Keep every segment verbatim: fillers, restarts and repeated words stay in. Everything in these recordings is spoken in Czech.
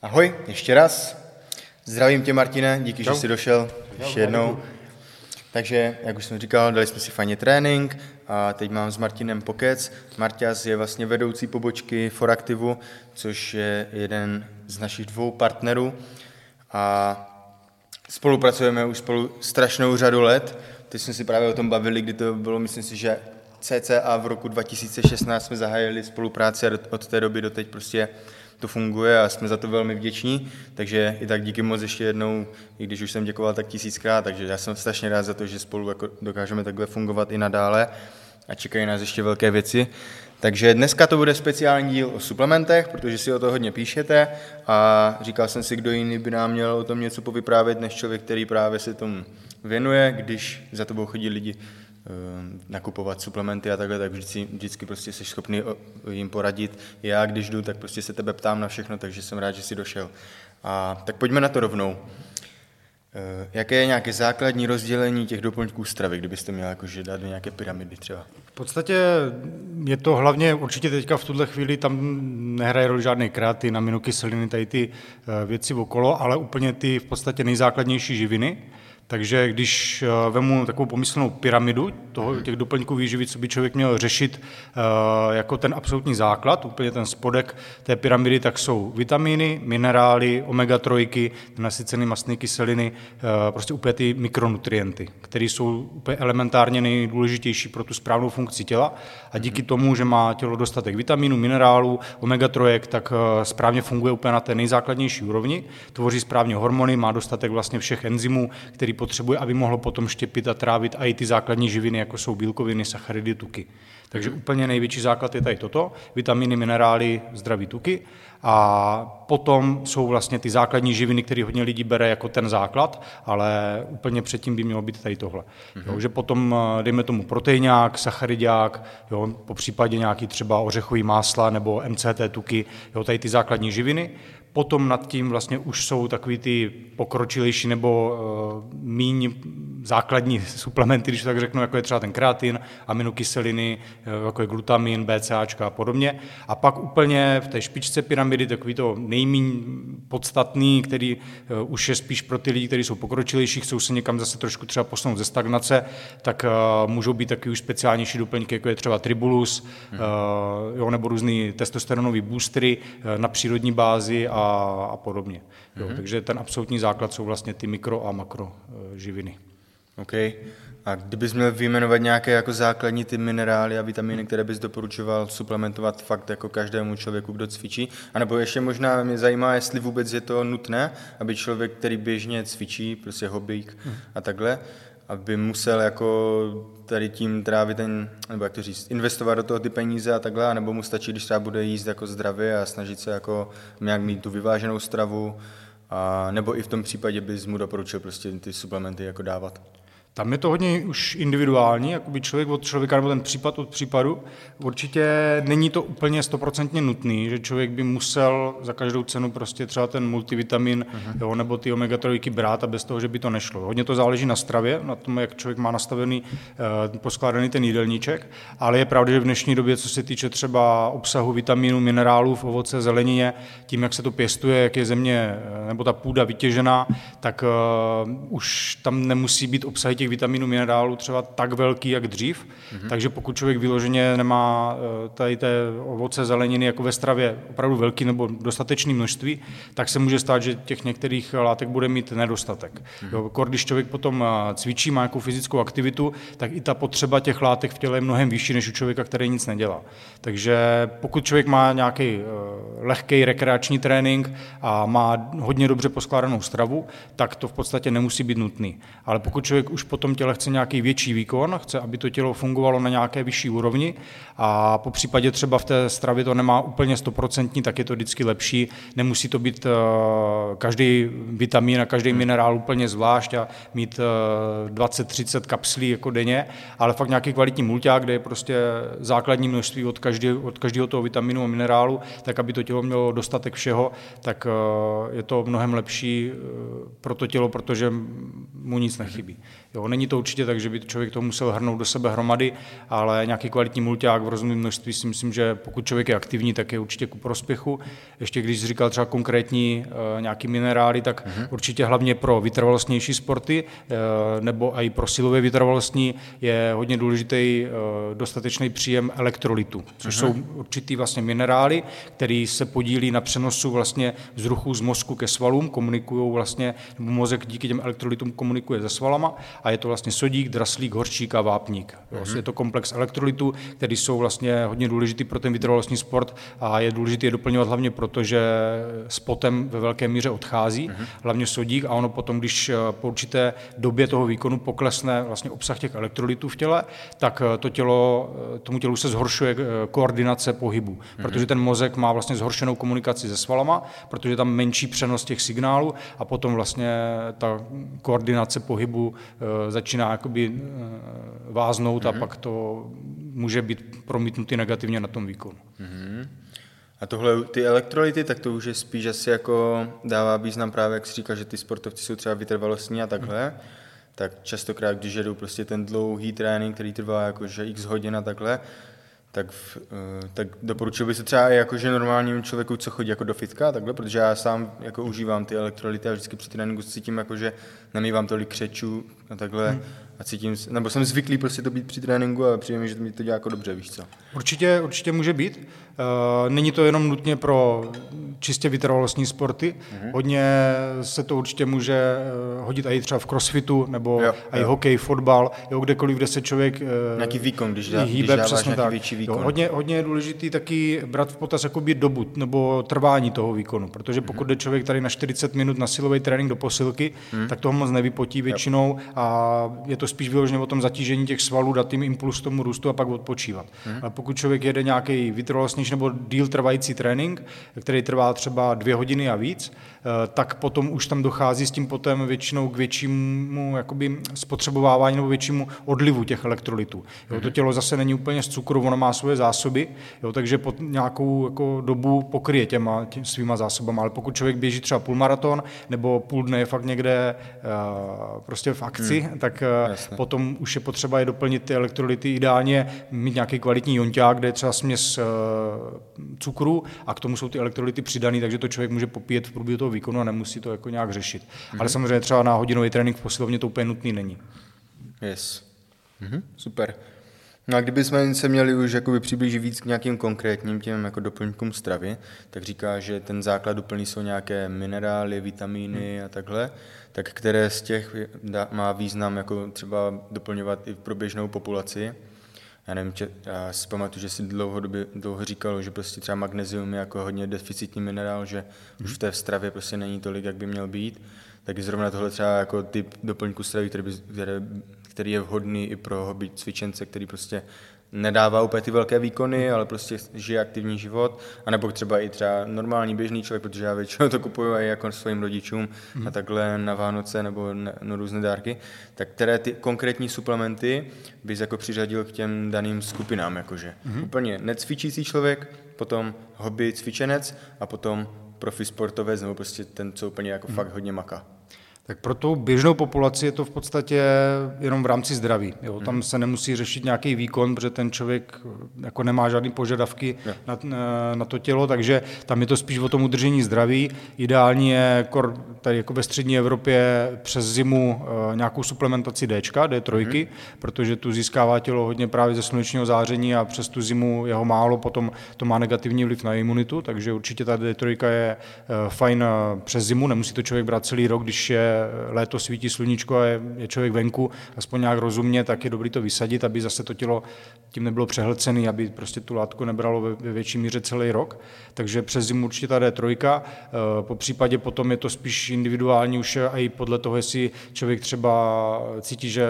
Ahoj, ještě raz. Zdravím tě, Martine, díky, Čau. že jsi došel ještě jednou. Takže, jak už jsem říkal, dali jsme si fajně trénink a teď mám s Martinem pokec. Marťas je vlastně vedoucí pobočky Foraktivu, což je jeden z našich dvou partnerů a spolupracujeme už spolu strašnou řadu let. Teď jsme si právě o tom bavili, kdy to bylo, myslím si, že cca v roku dva tisíce šestnáct jsme zahájili spolupráci a od té doby do teď prostě to funguje a jsme za to velmi vděční, takže i tak díky moc ještě jednou, i když už jsem děkoval tak tisíckrát, takže já jsem strašně rád za to, že spolu jako dokážeme takhle fungovat i nadále a čekají nás ještě velké věci. Takže dneska to bude speciální díl o suplementech, protože si o to hodně píšete a říkal jsem si, kdo jiný by nám měl o tom něco povyprávět, než člověk, který právě se tomu věnuje, když za tebou chodí lidi nakupovat suplementy a takhle, tak vždycky, vždycky prostě jsi schopný jim poradit. Já, když jdu, tak prostě se tebe ptám na všechno, takže jsem rád, že jsi došel. A tak pojďme na to rovnou. Jaké je nějaké základní rozdělení těch doplňků stravy, kdybyste měl jakože dát do nějaké pyramidy třeba? V podstatě je to hlavně určitě teďka v tuhle chvíli tam nehraje roli žádný kreatin, aminokyseliny, tady ty věci okolo, ale úplně ty v podstatě nejzákladnější živiny. Takže když vemu takovou pomyslnou pyramidu toho, těch doplňků výživy, co by člověk měl řešit jako ten absolutní základ, úplně ten spodek té pyramidy, tak jsou vitamíny, minerály, omega tři, nasycené mastné kyseliny, prostě úplně ty mikronutrienty, které jsou úplně elementárně nejdůležitější pro tu správnou funkci těla a díky tomu, že má tělo dostatek vitamínů, minerálů, omega tři, tak správně funguje úplně na té nejzákladnější úrovni, tvoří správně hormony, má dostatek vlastně všech enzymů, který potřebuje, aby mohlo potom štěpit a trávit i ty základní živiny, jako jsou bílkoviny, sacharidy, tuky. Takže úplně největší základ je tady toto, vitamíny, minerály, zdraví tuky a potom jsou vlastně ty základní živiny, které hodně lidí bere jako ten základ, ale úplně předtím by mělo být tady tohle. Mm-hmm. Jo, že potom dejme tomu proteinák, sacharidák, jo, po případě nějaký třeba ořechový másla nebo M C T tuky, jo, tady ty základní živiny. Potom nad tím vlastně už jsou takový ty pokročilejší nebo uh, míň základní suplementy, když tak řeknu, jako je třeba ten kreatin, aminokyseliny, jako je glutamin, BCAčka a podobně. A pak úplně v té špičce pyramidy takový to nejméně podstatný, který uh, už je spíš pro ty lidi, kteří jsou pokročilejší, chcou se někam zase trošku třeba posunout ze stagnace, tak uh, můžou být taky už speciálnější doplňky, jako je třeba tribulus, hmm. uh, jo, nebo různý testosteronový boostery uh, na přírodní bázi a a podobně. Jo, mm-hmm. Takže ten absolutní základ jsou vlastně ty mikro a makro živiny. OK. A kdybys měl vyjmenovat nějaké jako základní ty minerály a vitamíny, které bys doporučoval suplementovat fakt jako každému člověku, kdo cvičí? A nebo ještě možná mě zajímá, jestli vůbec je to nutné, aby člověk, který běžně cvičí, prostě hobík mm. a takhle, aby musel jako tady tím trávit ten, nebo jak to říct, investovat do toho ty peníze a takhle, nebo mu stačí, když třeba bude jíst jako zdravě a snažit se jako nějak mít tu vyváženou stravu, a nebo i v tom případě bys mu doporučil prostě ty suplementy jako dávat. Tam je to hodně už individuální, jakoby člověk od člověka nebo ten případ od případu. Určitě není to úplně stoprocentně nutný, že člověk by musel za každou cenu prostě třeba ten multivitamin uh-huh. jo, nebo ty omega tři brát a bez toho, že by to nešlo. Hodně to záleží na stravě, na tom, jak člověk má nastavený, eh, poskládaný ten jídelníček, ale je pravda, že v dnešní době, co se týče třeba obsahu vitamínů, minerálů v ovoce, zelenině, tím, jak se to pěstuje, jak je země nebo ta půda vytěžená, tak eh, už tam nemusí být obsahy těch vitaminů, minerálů třeba tak velký, jak dřív. Mm-hmm. Takže pokud člověk vyloženě nemá tady té ovoce, zeleniny jako ve stravě opravdu velký nebo dostatečné množství, tak se může stát, že těch některých látek bude mít nedostatek. Mm-hmm. Jo, když člověk potom cvičí, má nějakou fyzickou aktivitu, tak i ta potřeba těch látek v těle je mnohem vyšší než u člověka, který nic nedělá. Takže pokud člověk má nějaký lehký rekreační trénink a má hodně dobře poskládanou stravu, tak to v podstatě nemusí být nutný. Ale pokud člověk už potom těle chce nějaký větší výkon, chce, aby to tělo fungovalo na nějaké vyšší úrovni a po případě třeba v té stravě to nemá úplně stoprocentní, tak je to vždycky lepší. Nemusí to být uh, každý vitamin a každý minerál úplně zvlášť a mít uh, dvacet třicet kapslí jako denně, ale fakt nějaký kvalitní mulťák, kde je prostě základní množství od, každý, od každého toho vitaminu a minerálu, tak aby to tělo mělo dostatek všeho, tak uh, je to mnohem lepší uh, pro to tělo, protože mu nic nechybí. Jo, není to určitě tak, že by člověk to musel hrnout do sebe hromady, ale nějaký kvalitní mulťák v rozumném množství si myslím, že pokud člověk je aktivní, tak je určitě ku prospěchu. Ještě když jsi říkal třeba konkrétní uh, nějaký minerály, tak mm-hmm. určitě hlavně pro vytrvalostnější sporty uh, nebo i pro silové vytrvalostní je hodně důležitý uh, dostatečný příjem elektrolytu, což mm-hmm. jsou určitý vlastně minerály, které se podílí na přenosu vlastně vzruchu z mozku ke svalům, komunikují vlastně, nebo mozek díky těm elektrolytům komunikuje se svalama a je to vlastně sodík, draslík, hořčík a vápník. Mm-hmm. Je to komplex elektrolytů, které jsou vlastně hodně důležitý pro ten vytrvalostní sport a je důležité je doplňovat hlavně proto, že s potem ve velké míře odchází, mm-hmm. hlavně sodík a ono potom, když po určité době toho výkonu poklesne vlastně obsah těch elektrolytů v těle, tak to tělo, tomu tělu se zhoršuje koordinace pohybu, mm-hmm. protože ten mozek má vlastně zhoršenou komunikaci se svalama, protože tam menší přenos těch signálů a potom vlastně ta koordinace pohybu e, začíná jakoby e, váznout mm-hmm. a pak to může být promítnutý negativně na tom výkonu. Mm-hmm. A tohle, ty elektrolyty, tak to už je spíš asi jako dává význam právě, jak jsi říkal, že ty sportovci jsou třeba vytrvalostní a takhle, mm. tak častokrát, když jedou prostě ten dlouhý trénink, který trvá jakože x hodin a takhle, tak, v, tak doporučil by se třeba i jakože normálnímu člověku, co chodí jako do fitka, takhle, protože já sám jako užívám ty elektrolyty a vždycky při tréninku cítím jakože nemývám tolik křečů a takhle hmm. a cítím, nebo jsem zvyklý prostě to být při tréninku a přijde mi, že to mi to dělá jako dobře, víš co. Určitě, určitě může být. Není to jenom nutně pro čistě vytrvalostní sporty. Mm-hmm. Hodně se to určitě může hodit i třeba v crossfitu, nebo jo, i jo. hokej, fotbal, jo, kdekoliv, kde se člověk nějaký výkon, když, dá, hýbe, když dáváš nějaký tak. větší výkon. Jo, hodně, hodně je důležitý taky brát v potaz jakoby dobu nebo trvání toho výkonu, protože pokud mm-hmm. jde člověk tady na čtyřicet minut na silový trénink do posilky, mm-hmm. tak toho moc nevypotí většinou jo. a je to spíš vyloženě o tom zatížení těch svalů, dát jim impuls tomu růstu a pak odpočívat. Mm-hmm. Ale pokud člověk jede nějaký vytrvalostnější nebo díl trvající trénink, který trvá třeba dvě hodiny a víc, tak potom už tam dochází s tím potom většinou k většímu jakoby spotřebovávání nebo většímu odlivu těch elektrolytů. Jo, to tělo zase není úplně z cukru, ono má svoje zásoby, jo, takže po nějakou jako dobu pokryje těma tě, svýma zásobama, ale pokud člověk běží třeba půlmaraton nebo půl dne je fakt někde uh, prostě v akci, hmm. tak uh, potom už je potřeba je doplnit ty elektrolyty, ideálně mít nějaký kvalitní jonťák, kde je třeba směs uh, cukru a k tomu jsou ty elektrolyty přidaný, takže to člověk může popíjet v průběhu toho výkonu a nemusí to jako nějak řešit. Mm-hmm. Ale samozřejmě třeba na hodinový trénink v posilovně to úplně nutný není. Yes. Mm-hmm. Super. No a kdybychom se měli už jakoby přiblížit víc k nějakým konkrétním těm jako doplňkům stravy, tak říká, že ten základ doplní jsou nějaké minerály, vitamíny mm. a takhle, tak které z těch má význam jako třeba doplňovat i pro běžnou populaci. Já nevím, če, já si pamatuju, že si dlouhodobě dlouho říkalo, že prostě třeba magnézium je jako hodně deficitní minerál, že mm. už v té stravě prostě není tolik, jak by měl být. Tak zrovna tohle třeba jako typ doplňku stravy, který, by, které, který je vhodný i pro hobby cvičence, který prostě nedává úplně ty velké výkony, ale prostě žije aktivní život, anebo třeba i třeba normální běžný člověk, protože já většinou to kupuju i jako svým rodičům mm. a takhle na Vánoce nebo na, na různé dárky, tak které ty konkrétní suplementy bys jako přiřadil k těm daným skupinám, jakože. Mm. Úplně necvičící člověk, potom hobby cvičenec a potom profi sportovec nebo prostě ten, co úplně jako mm. fakt hodně maká. Tak pro tu běžnou populaci je to v podstatě jenom v rámci zdraví. Jo? Tam mm. se nemusí řešit nějaký výkon, protože ten člověk jako nemá žádné požadavky na, na to tělo, takže tam je to spíš o tom udržení zdraví. Ideální je tady jako ve střední Evropě přes zimu nějakou suplementaci Dčka, D tři, mm. protože tu získává tělo hodně právě ze slunečního záření a přes tu zimu jeho málo, potom to má negativní vliv na imunitu, takže určitě ta D tři je fajn přes zimu, nemusí to člověk brát celý rok, když je léto svítí sluníčko a je, je člověk venku, aspoň nějak rozumně, tak je dobrý to vysadit, aby zase to tělo tím nebylo přehlcený, aby prostě tu látku nebralo ve, ve větší míře celý rok. Takže přes zimu určitě ta D tři. Po případě potom je to spíš individuální už i podle toho, jestli člověk třeba cítí, že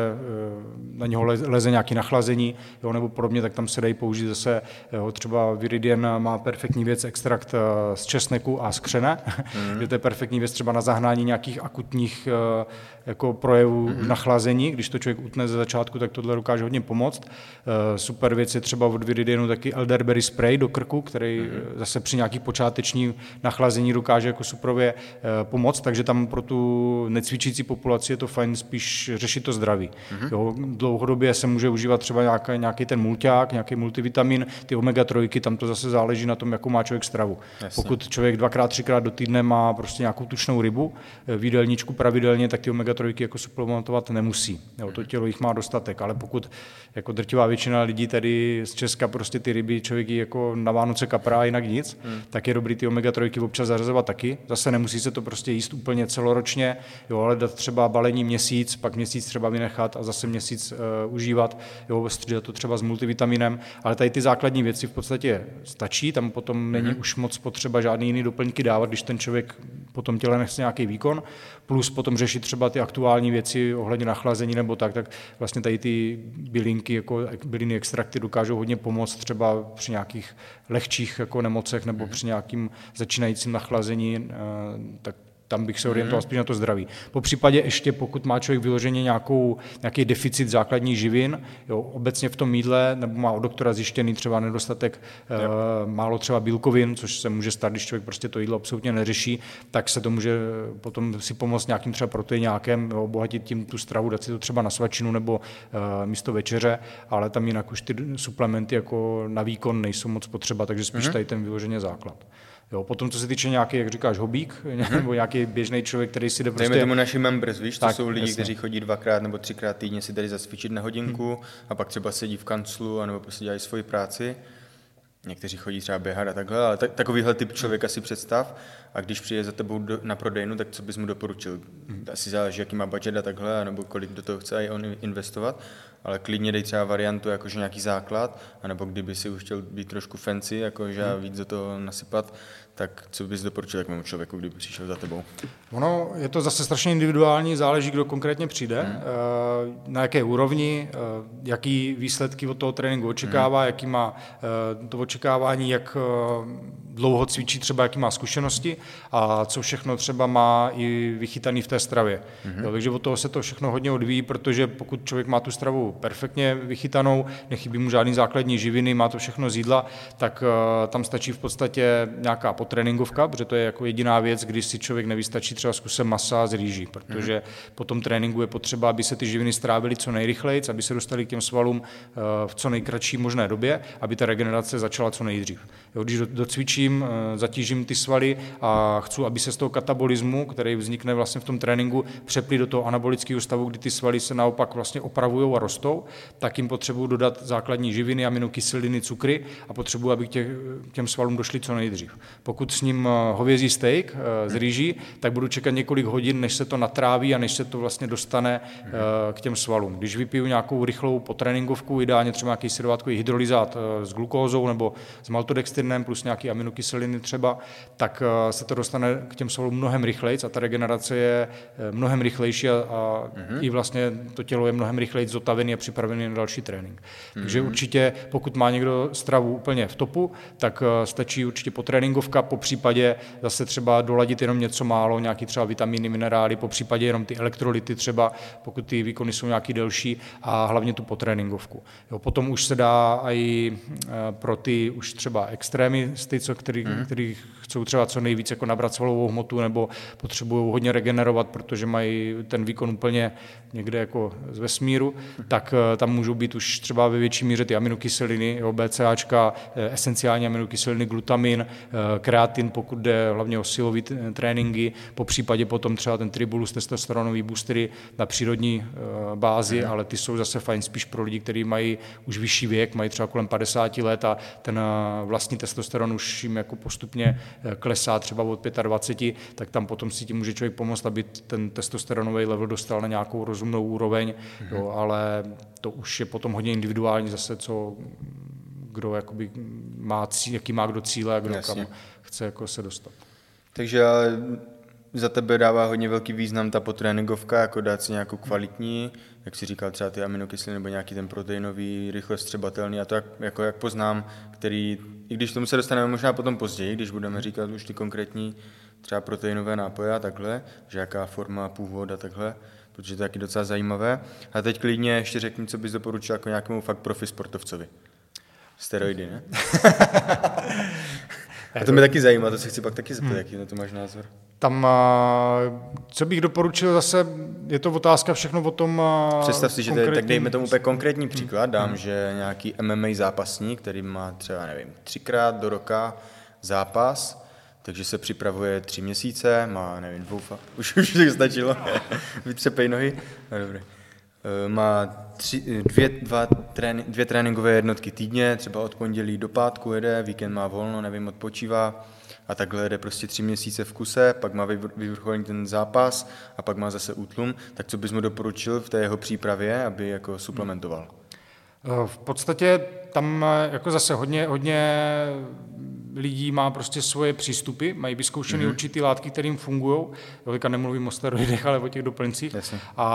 na něho leze nějaké nachlazení, jo, nebo podobně, tak tam se dají použít zase, jo, třeba Viridien má perfektní věc, extrakt z česneku a z křene, mm. je to perfektní věc třeba na zahnání nějakých akutních různých jako projevů mm-hmm. nachlazení. Když to člověk utne ze začátku, tak tohle dokáže hodně pomoct. Super věc je třeba od Viridianu taky elderberry spray do krku, který mm-hmm. zase při nějaký počáteční nachlazení dokáže jako suprově pomoct, takže tam pro tu necvičící populaci je to fajn spíš řešit to zdraví. Mm-hmm. Jo, dlouhodobě se může užívat třeba nějaký, nějaký ten mulťák, nějaký multivitamin, ty omega tři, tam to zase záleží na tom, jakou má člověk stravu. Jasně. Pokud člověk dvakrát, třikrát do týdne má prostě nějakou tučnou rybu v jídelníčku pravidelně, tak ty omega tři jako suplementovat nemusí. Jo, to tělo jich má dostatek, ale pokud jako drtivá většina lidí tady z Česka prostě ty ryby člověk jí jako na Vánoce kaprá a jinak nic, hmm. tak je dobrý ty omega tři občas zařazovat taky. Zase nemusí se to prostě jíst úplně celoročně, jo, ale dát třeba balení měsíc, pak měsíc třeba vynechat a zase měsíc uh, užívat, jo, střídat to třeba s multivitaminem, ale tady ty základní věci v podstatě stačí, tam potom hmm. není už moc potřeba žádný jiný doplňky dávat, když ten člověk po tom těle nechce nějaký výkon, plus potom řešit třeba ty aktuální věci ohledně nachlazení nebo tak, tak vlastně tady ty bylinky, jako byliny extrakty dokážou hodně pomoct třeba při nějakých lehčích jako nemocech nebo při nějakým začínajícím nachlazení, tak tam bych se orientoval spíš na to zdraví. Po případě ještě, pokud má člověk vyloženě nějakou, nějaký deficit základních živin, jo, obecně v tom jídle, nebo má od doktora zjištěný třeba nedostatek e, málo třeba bílkovin, což se může stát, když člověk prostě to jídlo absolutně neřeší, tak se to může potom si pomoct nějakým třeba proteinákem, obohatit tím tu stravu, dát si to třeba na svačinu nebo e, místo večeře, ale tam jinak už ty suplementy jako na výkon nejsou moc potřeba, takže spíš tady ten vyloženě základ. Jo, potom, co se týče nějaký, jak říkáš, hobík, nebo nějaký běžný člověk, který si jde prostě... Dejme tomu naši members, víš, to tak, jsou lidi, jasně. kteří chodí dvakrát nebo třikrát týdně si tady zacvičit na hodinku hmm. a pak třeba sedí v kanclu anebo prostě dělají svoji práci. Někteří chodí třeba běhat a takhle, ale tak, takovýhle typ člověka si představ a když přijde za tebou do, na prodejnu, tak co bys mu doporučil? Hmm. Asi záleží, jaký má budget a takhle, nebo kolik do toho chce i on investovat, ale klidně dej třeba variantu jakože nějaký základ, anebo kdyby si už chtěl být trošku fancy, jakože hmm. víc do toho nasypat, tak co bys doporučil takovému člověku, kdyby přišel za tebou? Ono je to zase strašně individuální, záleží, kdo konkrétně přijde, hmm. na jaké úrovni, jaký výsledky od toho tréninku očekává, hmm. jaký má to očekávání, jak dlouho cvičí, třeba jaký má zkušenosti a co všechno třeba má i vychytaný v té stravě. Hmm. Jo, takže od toho se to všechno hodně odvíjí, protože pokud člověk má tu stravu perfektně vychytanou, nechybí mu žádný základní živiny, má to všechno z jídla, tak tam stačí v podstatě nějaká potréninkovka, protože to je jako jediná věc, když si člověk nevystačí třeba s kusem masa z rýží, protože mm. po tom tréninku je potřeba, aby se ty živiny strávily co nejrychleji, aby se dostali k těm svalům v co nejkratší možné době, aby ta regenerace začala co nejdřív. Jo, když docvičím, zatížím ty svaly a chci, aby se z toho katabolismu, který vznikne vlastně v tom tréninku, přepli do toho anabolického stavu, kdy ty svaly se naopak vlastně opravují a rostou, tak jim potřebuji dodat základní živiny, aminokyseliny, cukry a potřebuji, aby k těm svalům došli co nejdřív. Pokud s ním hovězí steak z rýží, tak budu čekat několik hodin, než se to natráví a než se to vlastně dostane k těm svalům. Když vypiju nějakou rychlou potréninkovku, ideálně třeba nějaký syrovátkový hydrolyzát s glukózou nebo s maltodextrinem plus nějaký aminokyseliny třeba, tak se to dostane k těm svalům mnohem rychleji a ta regenerace je mnohem rychlejší a, a mm-hmm. i vlastně to tělo je mnohem rychleji zotavený a připravený na další trénink. Mm-hmm. Takže určitě, pokud má někdo stravu úplně v topu, tak stačí určitě potréninkovka, po případě zase třeba doladit jenom něco málo, nějaký třeba vitamíny, minerály, po případě jenom ty elektrolyty třeba, pokud ty výkony jsou nějaký delší a hlavně tu potréninkovku. Jo, potom už se dá i pro ty už třeba extrémisty, co, který, mm. který chcou třeba co nejvíc jako nabrat svalovou hmotu nebo potřebují hodně regenerovat, protože mají ten výkon úplně někde jako z vesmíru, mm. tak tam můžou být už třeba ve větší míře ty aminokyseliny, jo, BCAčka, esenciální aminokyseliny, glutamin, kreatin, pokud jde hlavně o silový tréninky, po případě potom třeba ten tribulus, testosteronový boostery na přírodní bázi, mm. ale ty jsou zase fajn spíš pro lidi, kteří mají už vyšší věk, mají třeba kolem padesát let a ten vlastní testosteron už jim jako postupně klesá třeba od dvacet pět, tak tam potom si tím může člověk pomoct, aby ten testosteronový level dostal na nějakou rozumnou úroveň, mm. jo, ale to už je potom hodně individuální zase, co kdo jakoby má cíl, jaký má kdo cíle a kdo Jasně. kam chce jako se dostat. Takže za tebe dává hodně velký význam ta potréninkovka, jako dát si nějakou kvalitní, jak si říkal, třeba ty aminokyseliny nebo nějaký ten proteinový, rychle vstřebatelný a to jak, jako jak poznám, který, i když tomu se dostaneme možná potom později, když budeme říkat už ty konkrétní třeba proteinové nápoje a takhle, že jaká forma, původ a takhle, protože to je taky docela zajímavé. A teď klidně ještě řekni, co bys doporučil jako nějakému fakt profi sportovcovi. Steroidy, ne? A to mě taky zajímá, to se chci pak taky zeptat, hmm. jaký na to máš názor. Tam, co bych doporučil zase, je to otázka všechno o tom Představ si, že konkrétním... tak dejme tomu úplně konkrétní příklad, dám, hmm. že nějaký M M A zápasník, který má třeba, nevím, třikrát do roka zápas, takže se připravuje tři měsíce, má, nevím, dvou, fa... už, už to stačilo, vytřepej nohy, no dobrý. Má tři, dvě, dva trény, dvě tréninkové jednotky týdně, třeba od pondělí do pátku jede, víkend má volno, nevím, odpočívá a takhle jede prostě tři měsíce v kuse, pak má vyvrcholený ten zápas a pak má zase útlum. Tak co bys mu doporučil v té jeho přípravě, aby jako suplementoval? V podstatě tam jako zase hodně, hodně lidí má prostě svoje přístupy, mají vyzkoušený mm-hmm. určitý látky, kterým fungují. Teďka nemluvím o steroidech, ale o těch doplňcích. Jasně.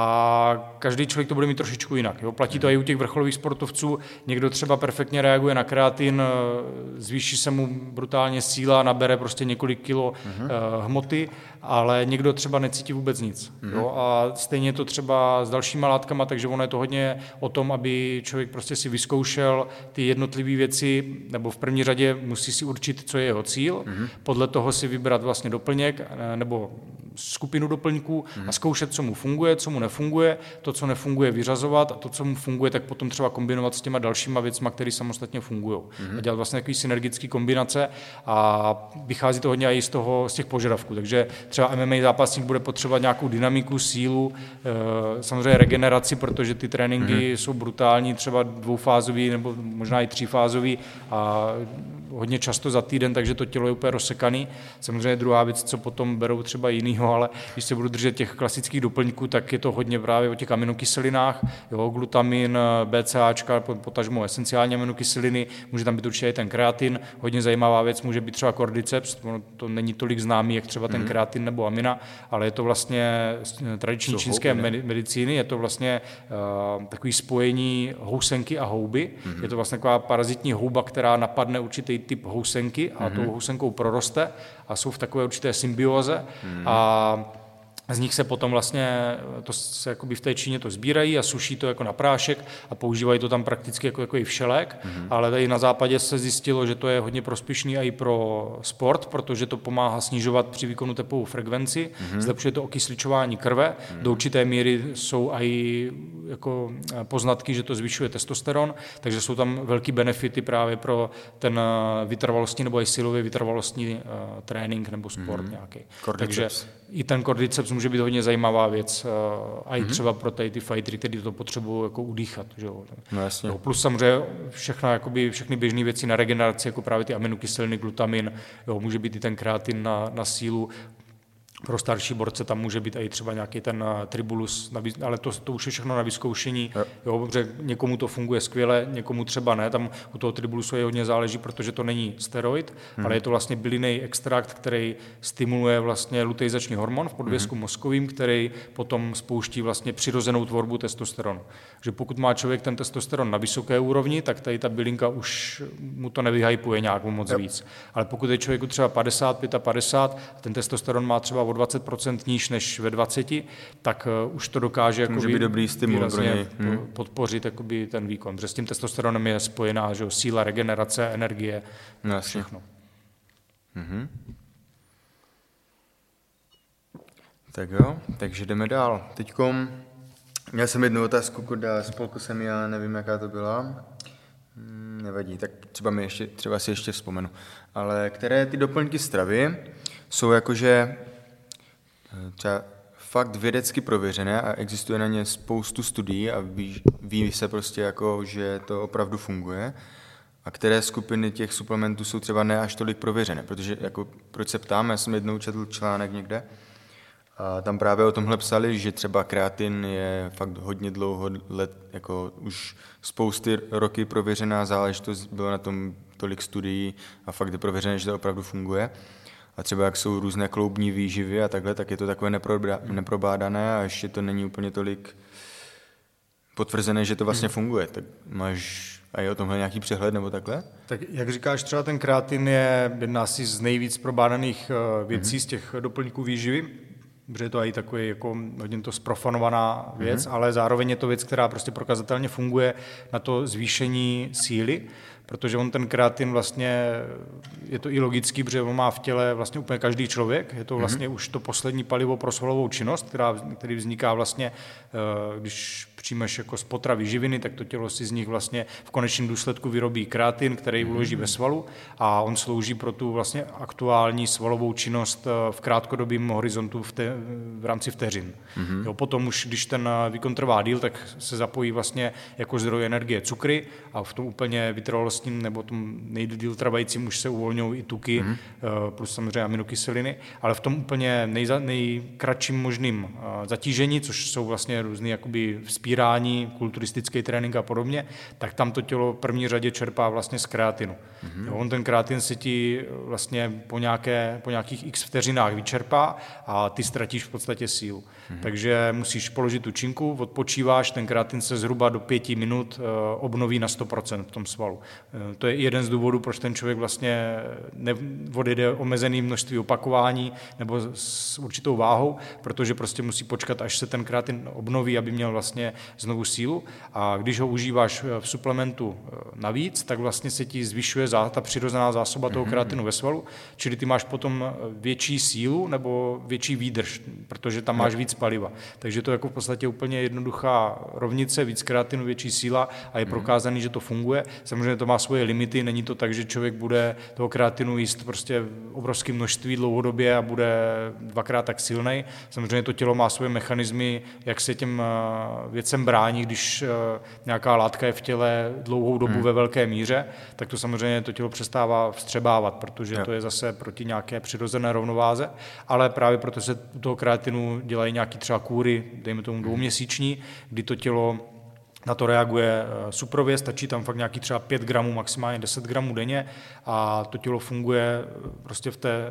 A každý člověk to bude mít trošičku jinak. Jo? Platí to i u těch vrcholových sportovců. Někdo třeba perfektně reaguje na kreatin, zvýší se mu brutálně síla, nabere prostě několik kilo mm-hmm. hmoty, ale někdo třeba necítí vůbec nic. Mm-hmm. Jo? A stejně to třeba s dalšíma látkama, takže ono je to hodně o tom, aby člověk prostě si vyzkoušel ty jednotlivé věci, nebo v první řadě musí si určit, co je jeho cíl, mm-hmm. podle toho si vybrat vlastně doplněk nebo skupinu doplňků mm-hmm. a zkoušet, co mu funguje, co mu nefunguje, to, co nefunguje, vyřazovat a to, co mu funguje, tak potom třeba kombinovat s těma dalšíma věcma, které samostatně fungují. Mm-hmm. A dělat vlastně takový synergický kombinace a vychází to hodně i z toho, z těch požadavků. Takže třeba M M A zápasník bude potřebovat nějakou dynamiku, sílu, samozřejmě regeneraci, protože ty tréninky mm-hmm. jsou brutální, třeba dvoufázový nebo možná i třífázový a hodně často za týden, takže to tělo je úplně rozsekaný. Samozřejmě druhá věc, co potom berou třeba jinýho, ale když se budu držet těch klasických doplňků, tak je to hodně právě o těch aminokyselinách, jo, glutamin, BCAčka, potažmo esenciální aminokyseliny, může tam být určitě i ten kreatin. Hodně zajímavá věc může být třeba cordyceps, to není tolik známý, jak třeba ten kreatin nebo amina, ale je to vlastně tradiční Co čínské houby, medicíny, je to vlastně uh, takový spojení housenky a houby. Mm-hmm. Je to vlastně taková parazitní houba, která napadne určitý typ housenky a mm-hmm. tou housenkou proroste a jsou v takové určité symbióze mm-hmm. a z nich se potom vlastně, to se jakoby v té Číně to sbírají a suší to jako na prášek a používají to tam prakticky jako, jako i všelek, mm-hmm. ale tady na západě se zjistilo, že to je hodně prospěšný i pro sport, protože to pomáhá snižovat při výkonu tepovou frekvenci, mm-hmm. zlepšuje to okysličování krve, mm-hmm. do určité míry jsou i jako poznatky, že to zvyšuje testosteron, takže jsou tam velký benefity právě pro ten vytrvalostní nebo i silově vytrvalostní uh, trénink nebo sport mm-hmm. nějaký. Takže i ten cordyceps může být hodně zajímavá věc a i mm-hmm. třeba pro tady ty fightery, kteří to potřebují jako udýchat. Že jo. No, jasně. Jo, plus samozřejmě všechna, jakoby, všechny běžné věci na regeneraci, jako právě ty aminokyseliny, glutamin, jo, může být i ten kreatin na, na sílu. Pro starší borce tam může být i třeba nějaký ten tribulus, ale to, to už je všechno na vyzkoušení. Jo, protože někomu to funguje skvěle, někomu třeba ne. Tam u toho tribulusu je hodně záleží, protože to není steroid, hmm. ale je to vlastně bylinný extrakt, který stimuluje vlastně luteizační hormon v podvězku hmm. mozkovým, který potom spouští vlastně přirozenou tvorbu testosteronu. Že pokud má člověk ten testosteron na vysoké úrovni, tak tady ta bylinka už mu to nevyhypuje nějak moc yep. víc. Ale pokud je člověku třeba padesát, padesát pět a ten testosteron má třeba o dvacet procent níž než ve dvaceti, tak uh, už to dokáže jakoby, být dobrý stimul pro něj. Hmm. podpořit jakoby, ten výkon. Protože s tím testosteronem je spojená že, síla, regenerace, energie, no, všechno. Mhm. Tak jo, takže jdeme dál. Teďkom měl jsem jednu otázku, kuda spolku jsem já, nevím, jaká to byla. Hmm, nevadí, tak třeba, mi ještě, třeba si ještě vzpomenu. Ale které ty doplňky stravy jsou jakože třeba fakt vědecky prověřené a existuje na ně spoustu studií a ví, ví se prostě jako, že to opravdu funguje. A které skupiny těch suplementů jsou třeba ne až tolik prověřené, protože jako proč se ptám, já jsem jednou četl článek někde a tam právě o tomhle psali, že třeba kreatin je fakt hodně dlouho let, jako už spousty roky prověřená záležitost, bylo na tom tolik studií a fakt je prověřené, že to opravdu funguje. A třeba jak jsou různé kloubní výživy a takhle, tak je to takové neprobádané a ještě to není úplně tolik potvrzené, že to vlastně funguje. Tak máš, A je o tomhle nějaký přehled nebo takhle? Tak jak říkáš, třeba ten kreatin je jedna asi z nejvíc probádaných věcí mm-hmm. z těch doplňků výživy, protože je to i takový jako hodně to zprofanovaná věc, mm-hmm. ale zároveň je to věc, která prostě prokazatelně funguje na to zvýšení síly, protože on ten kreatin vlastně, je to i logický, protože on má v těle vlastně úplně každý člověk, je to vlastně mm-hmm. už to poslední palivo pro svalovou činnost, která, který vzniká vlastně, když přijmeš jako z potravy živiny, tak to tělo si z nich vlastně v konečném důsledku vyrobí kreatin, který uloží ve svalu a on slouží pro tu vlastně aktuální svalovou činnost v krátkodobém horizontu v, te, v rámci vteřin. Mm-hmm. Jo, potom už, když ten výkon trvá díl, tak se zapojí vlastně jako zdroj energie cukry a v tom úplně vytrvalostním nebo tom nejdíl trvajícím už se uvolňují i tuky, mm-hmm. plus samozřejmě aminokyseliny, ale v tom úplně nejza, nejkratším možným zatížení, což jsou vlastně různý jakoby vzpírání, kulturistický trénink a podobně, tak tam to tělo v první řadě čerpá vlastně z kreatinu. Mm-hmm. On ten kreatin se ti vlastně po, nějaké, po nějakých x vteřinách vyčerpá a ty ztratíš v podstatě sílu. Mm-hmm. Takže musíš položit tu činku, odpočíváš, ten kreatin se zhruba do pěti minut obnoví na sto procent v tom svalu. To je jeden z důvodů, proč ten člověk vlastně odjede omezené množství opakování nebo s určitou váhou, protože prostě musí počkat, až se ten kreatin obnoví, aby měl vlastně znovu sílu, a když ho užíváš v suplementu navíc, tak vlastně se ti zvyšuje ta přirozená zásoba toho kreatinu ve svalu, čili ty máš potom větší sílu nebo větší výdrž, protože tam máš víc paliva. Takže to je jako v podstatě úplně jednoduchá rovnice, víc kreatinu, větší síla a je prokázaný, že to funguje. Samozřejmě to má svoje limity, není to tak, že člověk bude toho kreatinu jíst prostě obrovské množství dlouhodobě a bude dvakrát tak silnej. Samozřejmě to tělo má svoje mechanismy, jak se těm věcem brání, když nějaká látka je v těle dlouhou dobu hmm. ve velké míře, tak to samozřejmě to tělo přestává vstřebávat, protože jo. to je zase proti nějaké přirozené rovnováze, ale právě proto se u toho kreatinu dělají nějaký třeba kůry, dejme tomu dvouměsíční, kdy to tělo na to reaguje suprově, stačí tam fakt nějaký třeba pět gramů, maximálně deset gramů denně a to tělo funguje prostě v té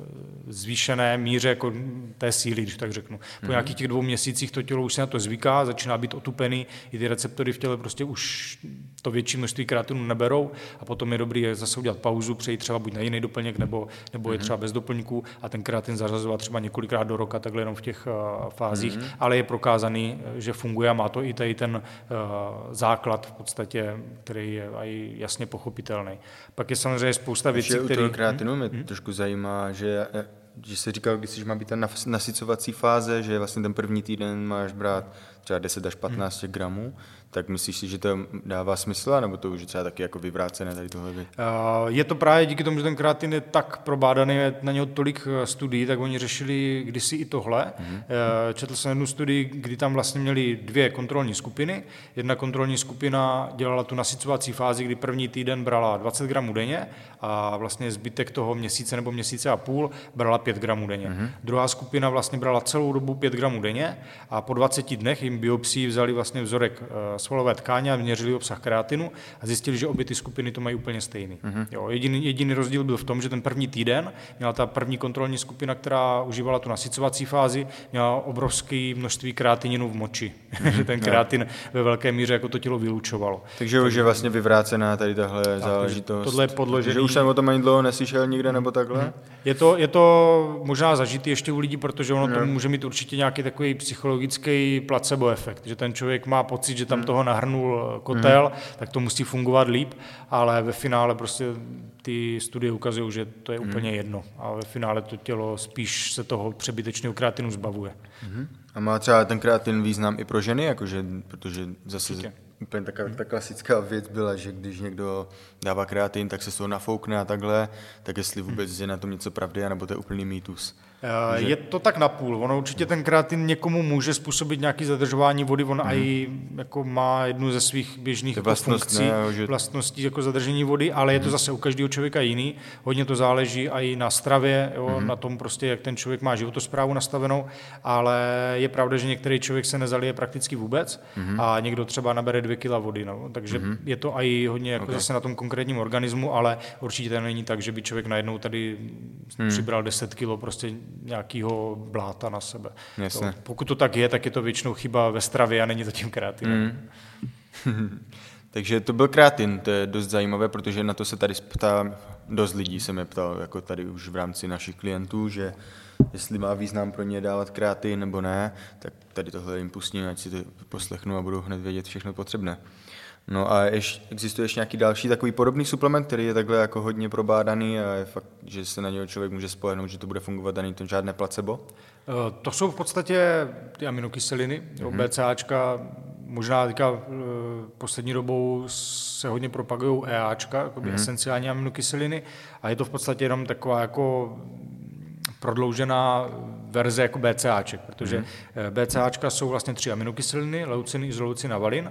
zvýšené míře jako té síly, když tak řeknu. Po mm-hmm. nějakých těch dvou měsících to tělo už se na to zvyká, začíná být otupený, i ty receptory v těle prostě už to větší množství kreatinu neberou a potom je dobrý zase udělat pauzu, přejít třeba buď na jiný doplněk, nebo, nebo je třeba bez doplňků a ten kreatin zařazovat třeba několikrát do roka, takhle jenom v těch uh, fázích, mm-hmm. ale je prokázaný, že funguje a má to i tady ten uh, základ v podstatě, který je aj jasně pochopitelný. Pak je samozřejmě spousta věcí, které... U toho kreatinu mě hmm? trošku zajímá, že, že se říkal, když má být ta nasycovací fáze, že vlastně ten první týden máš brát třeba deset až patnáct hmm. gramů, tak myslíš si, že to dává smysl, nebo to už je třeba taky jako vyvrácené tady tohle? Je to právě díky tomu, že ten kreatin je tak probádaný, je na něho tolik studií, tak oni řešili kdysi i tohle. Mm-hmm. Četl jsem jednu studii, kdy tam vlastně měli dvě kontrolní skupiny. Jedna kontrolní skupina dělala tu nasycovací fázi, kdy první týden brala dvacet gramů denně a vlastně zbytek toho měsíce nebo měsíce a půl brala pět gramů denně. Mm-hmm. Druhá skupina vlastně brala celou dobu pět gramů denně a po dvaceti dnech jim biopsii vzali vlastně vzorek svalové tkáně a měřili obsah kreatinu a zjistili, že obě ty skupiny to mají úplně stejný. Mm-hmm. Jo, jediný, jediný rozdíl byl v tom, že ten první týden měla ta první kontrolní skupina, která užívala tu nasycovací fázi, měla obrovské množství kreatininu v moči. Mm-hmm. Ten kreatin ve velké míře jako to tělo vylučovalo. Takže už je vlastně vyvrácená tady tahle tak, záležitost. Tohle je podložený. Že už jsem o tom ani dlouho neslyšel nikde nebo takhle? Mm-hmm. Je to, je to možná zažitý ještě u lidí, protože ono to může mít určitě nějaký takový psychologický placebo efekt, že ten člověk má pocit, že tam mm. toho nahrnul kotel, mm. tak to musí fungovat líp, ale ve finále prostě ty studie ukazují, že to je mm. úplně jedno a ve finále to tělo spíš se toho přebytečného kreatinu zbavuje. Mm. A má třeba ten kreatin význam i pro ženy, jakože, protože zase určitě. Úplně ta, ta klasická věc byla, že když někdo dává kreatin, tak se z toho nafoukne a takhle, tak jestli vůbec je na tom něco pravdy, nebo to je úplný mýtus. Je že... to tak napůl. Ono určitě ten kreatin někomu může způsobit nějaké zadržování vody, on mm. i jako má jednu ze svých běžných jako vlastnost, funkcí, ne, že... vlastností jako zadržení vody, ale mm. je to zase u každého člověka jiný. Hodně to záleží i na stravě, jo, mm. na tom prostě, jak ten člověk má životosprávu nastavenou, ale je pravda, že některý člověk se nezalije prakticky vůbec mm. a někdo třeba nabere dvě kila vody. No. Takže mm. je to i hodně jako okay. zase na tom konkrétním organismu, ale určitě to není tak, že by člověk najednou tady mm. přibral deset kilo prostě nějakého bláta na sebe. To, pokud to tak je, tak je to většinou chyba ve stravě a není to tím kreatinem. Mm. Takže to byl kreatin, to je dost zajímavé, protože na to se tady ptá, dost lidí se mě ptal, jako tady už v rámci našich klientů, že jestli má význam pro ně dávat kreatin nebo ne, tak tady tohle jim pustím, ať si to poslechnu a budu hned vědět všechno potřebné. No a ještě, existuje ještě nějaký další takový podobný suplement, který je takhle jako hodně probádaný a je fakt, že se na něho člověk může spolehnout, že to bude fungovat a není to žádné placebo? To jsou v podstatě ty aminokyseliny, mm-hmm. BCAčka, možná teďka poslední dobou se hodně propagují EAčka, jako mm-hmm. esenciální aminokyseliny, a je to v podstatě jenom taková jako prodloužená verze jako BCAček, protože mm-hmm. BCAčka jsou vlastně tři aminokyseliny, leucin, izoleucin a valin,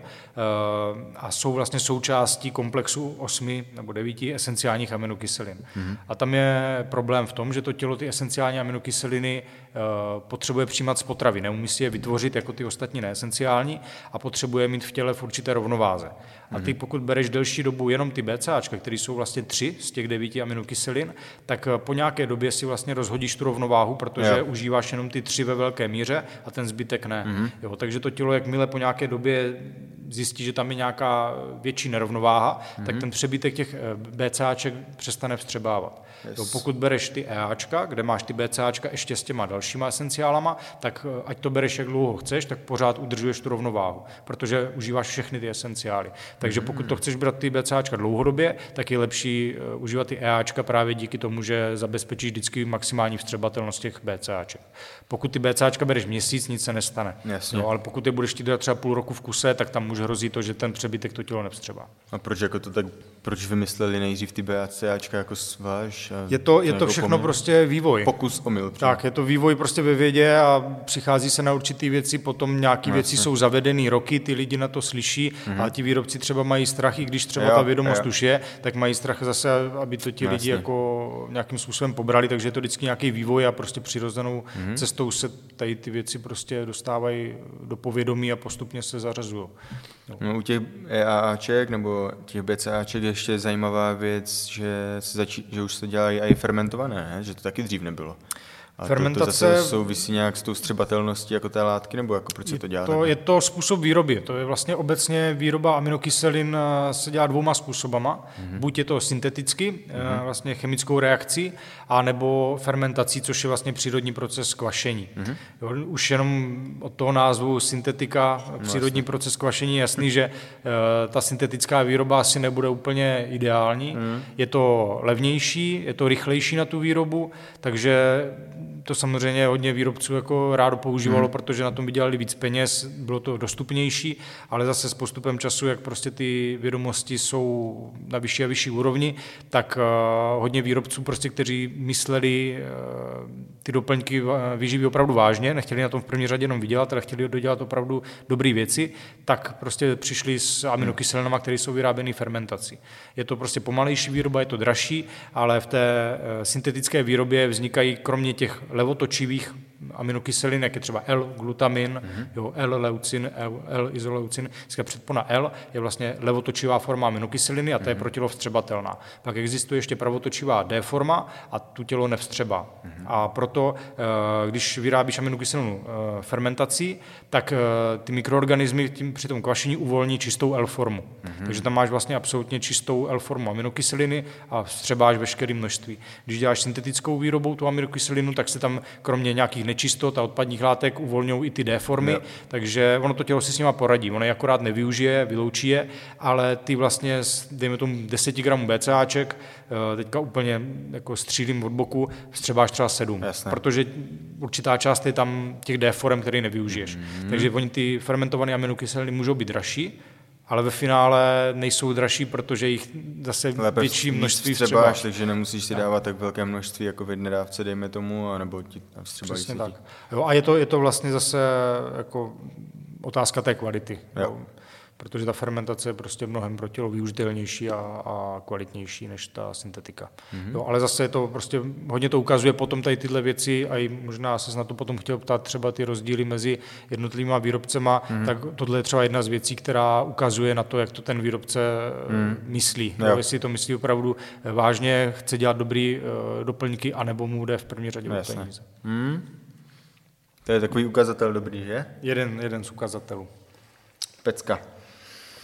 a jsou vlastně součástí komplexu osmi nebo devíti esenciálních aminokyselin. Mm-hmm. A tam je problém v tom, že to tělo ty esenciální aminokyseliny potřebuje přijímat z potravy, neumí si je vytvořit jako ty ostatní neesenciální a potřebuje mít v těle v určité rovnováze. A ty, pokud bereš delší dobu jenom ty BCAčka, které jsou vlastně tři z těch devíti aminokyselin, tak po nějaké době si vlastně rozhodíš tu rovnováhu, protože jo. užíváš jenom ty tři ve velké míře a ten zbytek ne. Mm-hmm. Jo, takže to tělo, jakmile po nějaké době zjistí, že tam je nějaká větší nerovnováha, mm-hmm. tak ten přebytek těch BCAček přestane vstřebávat. Yes. Jo, pokud bereš ty EAčka, kde máš ty BCAčka ještě s těma dalšíma esenciálama, tak ať to bereš jak dlouho chceš, tak pořád udržuješ tu rovnováhu, protože užíváš všechny ty esenciály. Takže pokud to chceš brát ty BCAčka dlouhodobě, tak je lepší užívat ty EAčka právě díky tomu, že zabezpečíš vždycky maximální vstřebatelnost těch BCAček. Pokud ty BCAčka bereš měsíc, nic se nestane. No, ale pokud je budeš chtít dát třeba půl roku v kuse, tak tam může hrozit to, že ten přebytek to tělo nevstřebá. A proč jako to tak, proč vymysleli nejdřív ty BCAčka jako sváž? Je to, je to všechno pomyl? Prostě vývoj. Pokus omyl. Tak, je to vývoj prostě ve vědě a přichází se na určitý věci, potom nějaké no, věci jsou zavedený roky, ty lidi na to slyší, mm-hmm. a ti výrobci třeba mají strach, i když třeba jo, ta vědomost jo. už je, tak mají strach zase, aby to ti no, lidi jako nějakým způsobem pobrali, takže je to vždycky nějaký vývoj a prostě přirozenou mm-hmm. cestou se tady ty věci prostě dostávají do povědomí a postupně se zařazují. No. No, u těch EAček nebo těch BCAček ještě zajímavá věc, že, se začí, že už se dělají i fermentované, ne? Že to taky dřív nebylo. A fermentace to, to zase souvisí nějak s tou střebatelností jako té látky, nebo jako proč se to dělá? To, je to způsob výroby. To je vlastně obecně výroba aminokyselin se dělá dvouma způsobama. Mm-hmm. Buď je to synteticky, mm-hmm. vlastně chemickou reakcí, anebo fermentací, což je vlastně přírodní proces kvašení. Mm-hmm. Jo, už jenom od toho názvu syntetika, přírodní no, proces kvašení, je jasný, že uh, ta syntetická výroba asi nebude úplně ideální. Mm-hmm. Je to levnější, je to rychlejší na tu výrobu, takže to samozřejmě hodně výrobců jako rádo používalo, hmm. protože na tom vydělali víc peněz, bylo to dostupnější, ale zase s postupem času, jak prostě ty vědomosti jsou na vyšší a vyšší úrovni, tak uh, hodně výrobců, prostě, kteří mysleli uh, ty doplňky výživy opravdu vážně, nechtěli na tom v první řadě jenom vydělat, ale chtěli dodělat opravdu dobré věci, tak prostě přišli s aminokyselinama, které jsou vyráběny fermentací. Je to prostě pomalejší výroba, je to dražší, ale v té uh, syntetické výrobě vznikají kromě těch levotočivých aminokyselin, jak je třeba L-glutamin, mm-hmm. jo, L-leucin, L-izoleucin. Předpona L je vlastně levotočivá forma aminokyseliny a ta je pro tělo vstřebatelná. Pak existuje ještě pravotočivá D-forma a tu tělo nevstřebá. Mm-hmm. A proto, když vyrábíš aminokyselinu fermentací, tak ty mikroorganismy tím, při tom kvašení uvolní čistou L-formu. Mm-hmm. Takže tam máš vlastně absolutně čistou L-formu aminokyseliny a vstřebáš veškeré množství. Když děláš syntetickou výrobou tu aminokyselinu, tak se tam kromě nějakých nečistot a odpadních látek uvolňují i ty D-formy, no. takže ono to tělo si s nima poradí. Ono je akorát nevyužije, vyloučí je, ale ty vlastně, dejme tomu deset gramů BCAček, teďka úplně jako střílím od boku, vstřebáš třeba sedm, Jasné. protože určitá část je tam těch D-forem, který nevyužiješ. Mm-hmm. Takže oni ty fermentované aminokyseliny můžou být dražší, ale ve finále nejsou dražší, protože jich zase lépe větší množství vstřebáš. Takže nemusíš si dávat tak velké množství jako v jedné dávce, dejme tomu, anebo ti vstřebáš si tak. Jo, a je to, je to vlastně zase jako otázka té kvality. Jo. Jo. Protože ta fermentace je prostě mnohem pro tělo využitelnější a, a kvalitnější než ta syntetika. Mm-hmm. Jo, ale zase je to prostě, hodně to ukazuje potom tady tyhle věci a i možná se na to potom chtěl ptát třeba ty rozdíly mezi jednotlivými výrobcema, mm-hmm. tak tohle je třeba jedna z věcí, která ukazuje na to, jak to ten výrobce mm. myslí. Jo. Jo, jestli to myslí opravdu vážně, chce dělat dobrý uh, doplňky, anebo mu jde v první řadě o peníze. Mm. To je takový ukazatel dobrý, že? Jeden, jeden z ukazatelů. Pecka.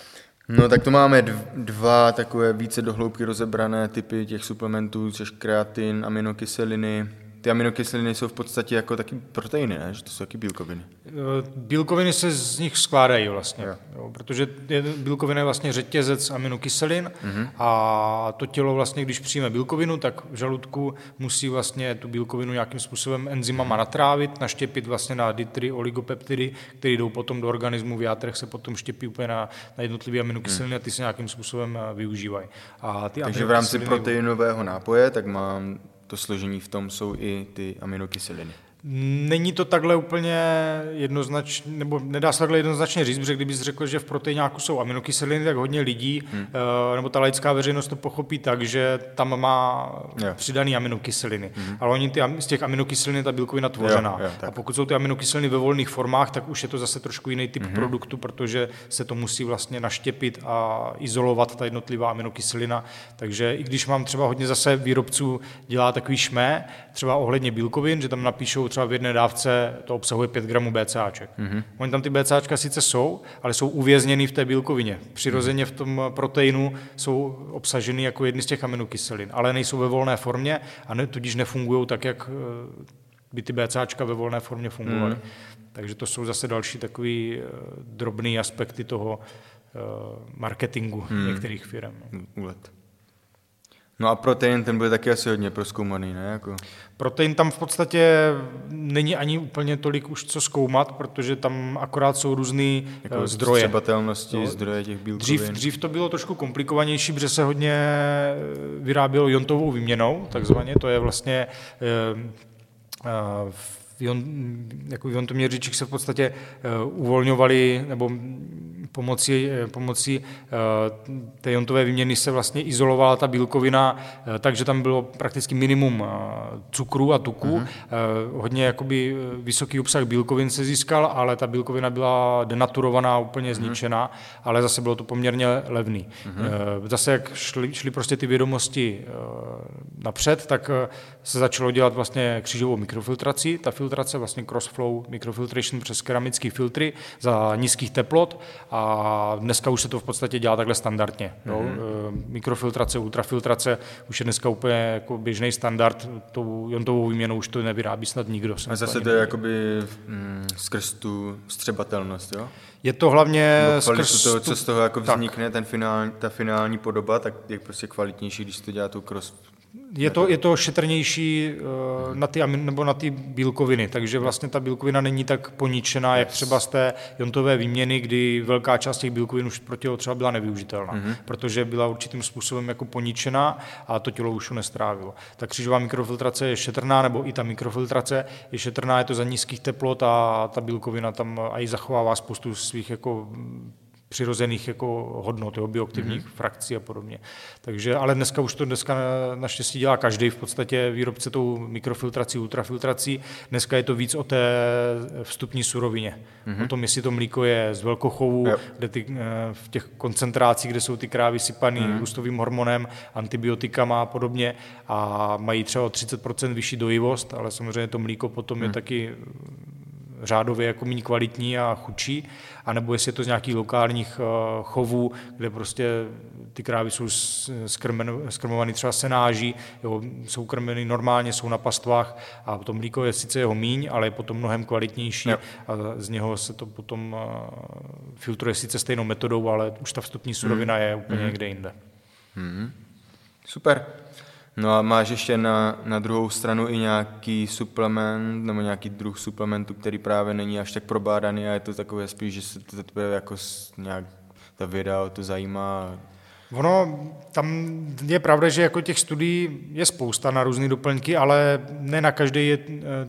No tak to máme dva takové více dohloubky rozebrané typy těch suplementů, což kreatin, aminokyseliny. Ty aminokyseliny jsou v podstatě jako taky proteiny, ne? Že to jsou taky bílkoviny. Bílkoviny se z nich skládají vlastně, jo. Jo, protože bílkovina je vlastně řetězec aminokyselin mm-hmm. a to tělo vlastně, když přijme bílkovinu, tak v žaludku musí vlastně tu bílkovinu nějakým způsobem enzymama natrávit, naštěpit vlastně na ditry, oligopeptidy, které jdou potom do organismu, v játrech se potom štěpí úplně na, na jednotlivé aminokyseliny mm. a ty se nějakým způsobem využívají. A ty Takže v rámci proteinového nápoje, tak mám to složení v tom jsou i ty aminokyseliny. Není to takhle úplně jednoznačně, nebo nedá se takhle jednoznačně říct, protože kdybys řekl, že v proteináku jsou aminokyseliny, tak hodně lidí, hmm. nebo ta laická veřejnost to pochopí tak, že tam má jo. přidaný aminokyseliny. Hmm. Ale oni ty, z těch aminokyselin je ta bílkovina tvořená. Jo, jo, a pokud jsou ty aminokyseliny ve volných formách, tak už je to zase trošku jiný typ hmm. produktu, protože se to musí vlastně naštěpit a izolovat ta jednotlivá aminokyselina. Takže i když mám třeba hodně zase výrobců dělá takový šmé, třeba ohledně bílkovin, že tam napíšou třeba v jedné dávce to obsahuje pět gramů BCAček. Mm-hmm. Oni tam ty BCAčka sice jsou, ale jsou uvězněny v té bílkovině. Přirozeně v tom proteinu jsou obsaženy jako jedny z těch aminokyselin, ale nejsou ve volné formě a ne, tudíž nefungují tak, jak by ty BCAčka ve volné formě fungovaly. Mm. Takže to jsou zase další takový drobný aspekty toho marketingu mm. některých firm. Úlet. No a protein, ten bude taky asi hodně prozkoumaný, ne? Jako... Protein tam v podstatě není ani úplně tolik už co zkoumat, protože tam akorát jsou různý jako zdroje. Vstřebatelnosti, no, zdroje těch bílkovin. Dřív, dřív to bylo trošku komplikovanější, protože se hodně vyrábělo iontovou výměnou, takzvaně, to je vlastně uh, uh, Ion, jako v iontoměřičích se v podstatě uh, uvolňovaly, nebo pomocí, pomocí uh, té iontové výměny se vlastně izolovala ta bílkovina, uh, takže tam bylo prakticky minimum uh, cukru a tuku. Uh-huh. Uh, hodně jakoby vysoký obsah bílkovin se získal, ale ta bílkovina byla denaturovaná, úplně zničená, uh-huh. ale zase bylo to poměrně levný. Uh-huh. Uh, zase jak šly, šly prostě ty vědomosti uh, napřed, tak uh, se začalo dělat vlastně křížovou mikrofiltraci. Ta filtrace, vlastně cross-flow microfiltration přes keramické filtry za nízkých teplot a dneska už se to v podstatě dělá takhle standardně. Mm-hmm. Mikrofiltrace, ultrafiltrace už je dneska úplně jako běžný standard, tou iontovou výměnou už to nevyrábí snad nikdo. A zase to je jakoby mm, skrz tu vstřebatelnost, jo? Je to hlavně skrz toho, co z toho jako vznikne, ten finální, ta finální podoba, tak je prostě kvalitnější, když to dělá tu cross. Je to, je to šetrnější uh, na ty, nebo na ty bílkoviny, takže vlastně ta bílkovina není tak poničená, jak třeba z té iontové výměny, kdy velká část těch bílkovin už pro tělo třeba byla nevyužitelná, mm-hmm. protože byla určitým způsobem jako poničená a to tělo už ho nestrávilo. Ta křížová mikrofiltrace je šetrná, nebo i ta mikrofiltrace je šetrná, je to za nízkých teplot a ta bílkovina tam i zachovává spoustu svých jako přirozených jako hodnot, jo, bioaktivních mm-hmm. frakcí a podobně. Takže, ale dneska už to dneska naštěstí dělá každý v podstatě výrobce tou mikrofiltrací, ultrafiltrací. Dneska je to víc o té vstupní surovině. Mm-hmm. O tom, jestli to mlíko je z velkochovu, yep. kde ty, v těch koncentrácích, kde jsou ty krávy sypaný mm-hmm. růstovým hormonem, antibiotikama a podobně a mají třeba o třicet procent vyšší dojivost, ale samozřejmě to mlíko potom mm-hmm. je taky řádově jako méně kvalitní a chudší, anebo jestli je to z nějakých lokálních uh, chovů, kde prostě ty krávy jsou skrmované třeba senáží, jo, jsou krmeny normálně, jsou na pastvách a to mlíko je sice jeho míň, ale je potom mnohem kvalitnější yep. a z něho se to potom uh, filtruje sice stejnou metodou, ale už ta vstupní surovina mm. je úplně mm. někde jinde. Mm. Super. No a máš ještě na, na druhou stranu i nějaký suplement nebo nějaký druh suplementu, který právě není až tak probádaný a je to takové spíš, že se to tebe jako nějak ta věda o to zajímá. Ono, tam je pravda, že jako těch studií je spousta na různé doplňky, ale ne na každý je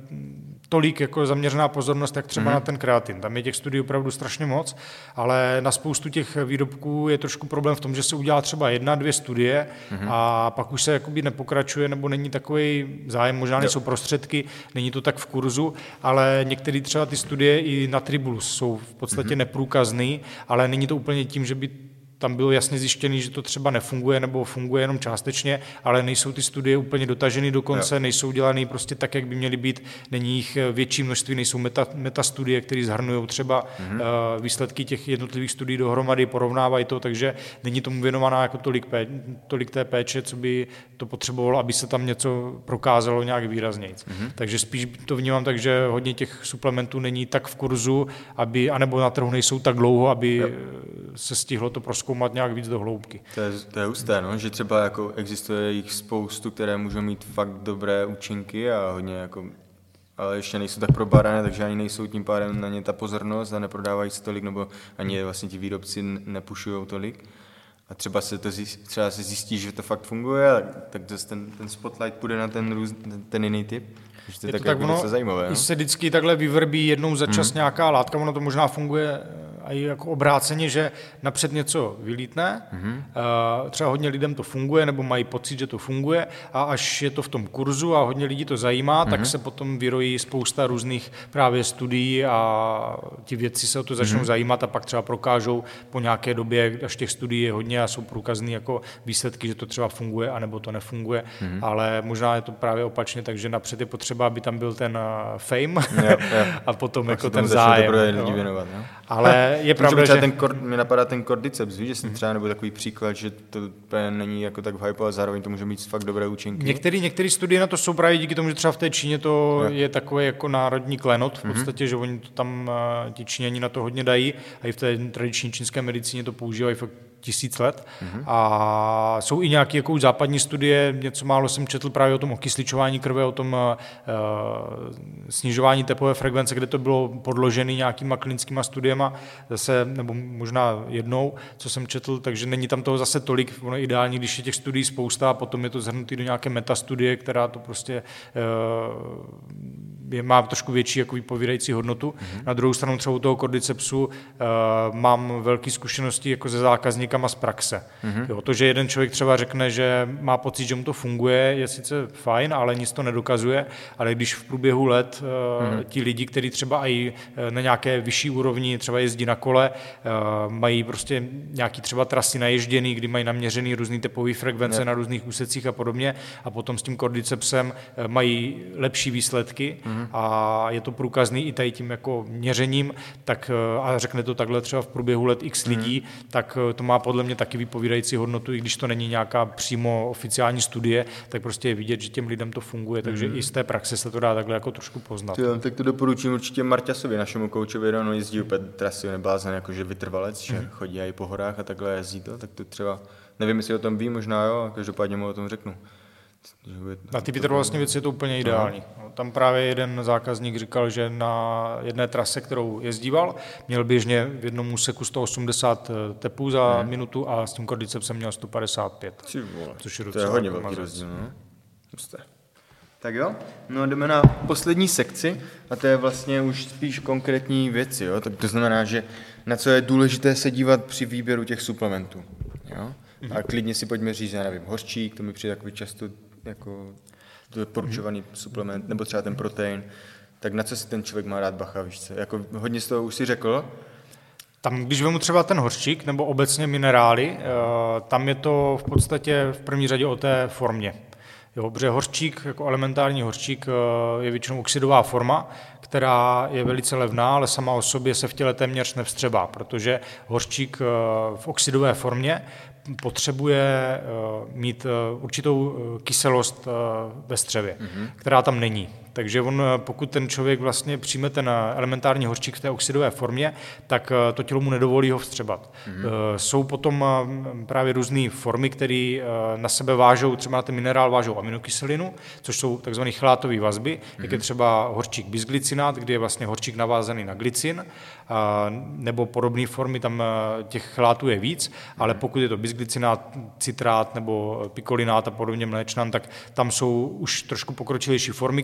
tolik jako zaměřená pozornost, jak třeba mm. na ten kreatin. Tam je těch studií opravdu strašně moc, ale na spoustu těch výrobků je trošku problém v tom, že se udělá třeba jedna, dvě studie mm. a pak už se jakoby nepokračuje, nebo není takový zájem, možná nejsou prostředky, není to tak v kurzu, ale některé třeba ty studie i na Tribulus jsou v podstatě mm. neprůkazný, ale není to úplně tím, že by tam bylo jasně zjištěné, že to třeba nefunguje nebo funguje jenom částečně, ale nejsou ty studie úplně dotaženy do konce, jo. nejsou dělané prostě tak, jak by měly být, není jich větší množství, nejsou meta, metastudie, které zhrnují třeba mm-hmm. uh, výsledky těch jednotlivých studií dohromady, porovnávají to, takže není tomu věnovaná jako tolik, pé, tolik té péče, co by to potřebovalo, aby se tam něco prokázalo nějak výraznějc. Mm-hmm. Takže spíš to vnímám tak, že hodně těch suplementů není tak v kurzu, aby, anebo na trhu nejsou tak dlouho, aby jo. se stihlo to prozkoumat nějak víc do hloubky. To je, to je husté, no? Že třeba jako existuje jich spoustu, které můžou mít fakt dobré účinky a hodně jako, ale ještě nejsou tak probádané, takže ani nejsou tím pádem na ně ta pozornost a neprodávají se tolik, nebo ani vlastně ti výrobci nepušujou tolik. A třeba se to zjistí, třeba se zjistí, že to fakt funguje, tak ten, ten spotlight půjde na ten, růz, ten jiný typ. To je, je to tak ono, zajímavé, no? Se vždycky takhle vyvrbí jednou za čas hmm. nějaká látka, ono to možná funguje i jako obráceně, že napřed něco vylítne, hmm. třeba hodně lidem to funguje, nebo mají pocit, že to funguje a až je to v tom kurzu a hodně lidí to zajímá, hmm. tak se potom vyrojí spousta různých právě studií a ti vědci se o to začnou hmm. zajímat a pak třeba prokážou po nějaké době, až těch studií je hodně a jsou průkazný jako výsledky, že to třeba funguje, anebo to nefunguje, hmm. ale možná je to právě opačně, takže napřed je potřeba, aby tam byl ten fame jo, jo. a potom tak jako ten zájem. Lidi věnovat, no? Ale je pravda, že... Ten kord, mi napadá ten cordyceps, víš, že jsem třeba nebo takový příklad, že to není jako tak v hype, ale zároveň to může mít fakt dobré účinky. Některé některé studie na to jsou právě díky tomu, že třeba v té Číně to jo. je takový jako národní klenot v podstatě, mm-hmm. že oni to tam, ti Číňani na to hodně dají a i v té tradiční čínské medicíně to používají fakt tisíc let. Mm-hmm. A jsou i nějaké jako západní studie, něco málo jsem četl právě o tom okysličování krve, o tom uh, snižování tepové frekvence, kde to bylo podložené nějakýma klinickýma studiema, zase, nebo možná jednou, co jsem četl, takže není tam toho zase tolik, ono je ideální, když je těch studií spousta a potom je to zhrnutý do nějaké metastudie, která to prostě uh, je, má trošku větší jako vypovídající hodnotu. Mm-hmm. Na druhou stranu třeba u toho cordycepsu uh, mám velké zkušenosti jako ze zákazníkama z praxe. Mm-hmm. Jo, to, že jeden člověk třeba řekne, že má pocit, že mu to funguje, je sice fajn, ale nic to nedokazuje, ale když v průběhu let uh, mm-hmm. ti lidi, kteří třeba i na nějaké vyšší úrovni třeba jezdí na kole, uh, mají prostě nějaký třeba trasy naježděný, kdy mají naměřený různý tepové frekvence ne. na různých úsecích a podobně a potom s tím cordycepsem uh, mají lepší výsledky, mm-hmm. a je to průkazný i tady tím jako měřením, tak a řekne to takhle třeba v průběhu let x lidí, mm. tak to má podle mě taky vypovídající hodnotu, i když to není nějaká přímo oficiální studie, tak prostě je vidět, že těm lidem to funguje, takže mm. i z té praxe se to dá takhle jako trošku poznat. Jo, tak to doporučím určitě Marťasovi, našemu koučovi, on jezdí úplně trasy, neblázen, jakože vytrvalec, mm. že chodí i po horách a takhle jezdí to, tak to třeba, nevím, jestli o tom ví, možná jo, každopádně mu o tom řeknu. Na ty vytrvalostní věci je to úplně ideální. No, tam právě jeden zákazník říkal, že na jedné trase, kterou jezdíval, měl běžně v jednom úseku sto osmdesát tepů za hmm. minutu a s tím cordycepsem měl sto padesát pět. Což je to je hodně velký rozdíl. No? Tak jo, no jdeme na poslední sekci a to je vlastně už spíš konkrétní věci. Jo? Tak to znamená, že na co je důležité se dívat při výběru těch suplementů. Jo? A klidně si pojďme říct, já nevím, hořčík, to mi přijde takový často jako doporučovaný suplement, nebo třeba ten protein, tak na co si ten člověk má rád bacha, víš co? Jako hodně z toho už si řekl. Tam, když vemu třeba ten hořčík, nebo obecně minerály, tam je to v podstatě v první řadě o té formě. Jo, protože hořčík, jako elementární hořčík, je většinou oxidová forma, která je velice levná, ale sama o sobě se v těle téměř nevstřebá, protože hořčík v oxidové formě potřebuje mít určitou kyselost ve střevě, mm-hmm. která tam není. Takže on, pokud ten člověk vlastně přijme ten elementární hořčík v té oxidové formě, tak to tělo mu nedovolí ho vstřebat. Mm-hmm. Jsou potom právě různé formy, které na sebe vážou, třeba na ten minerál vážou aminokyselinu, což jsou takzvané chelátové vazby, mm-hmm. jak je třeba hořčík bisglycinát, kdy je vlastně hořčík navázaný na glycin, nebo podobné formy, tam těch chelátů je víc, ale pokud je to bisglycinát, citrát nebo pikolinát a podobně mléčnan, tak tam jsou už trošku pokročilejší formy, které vlastně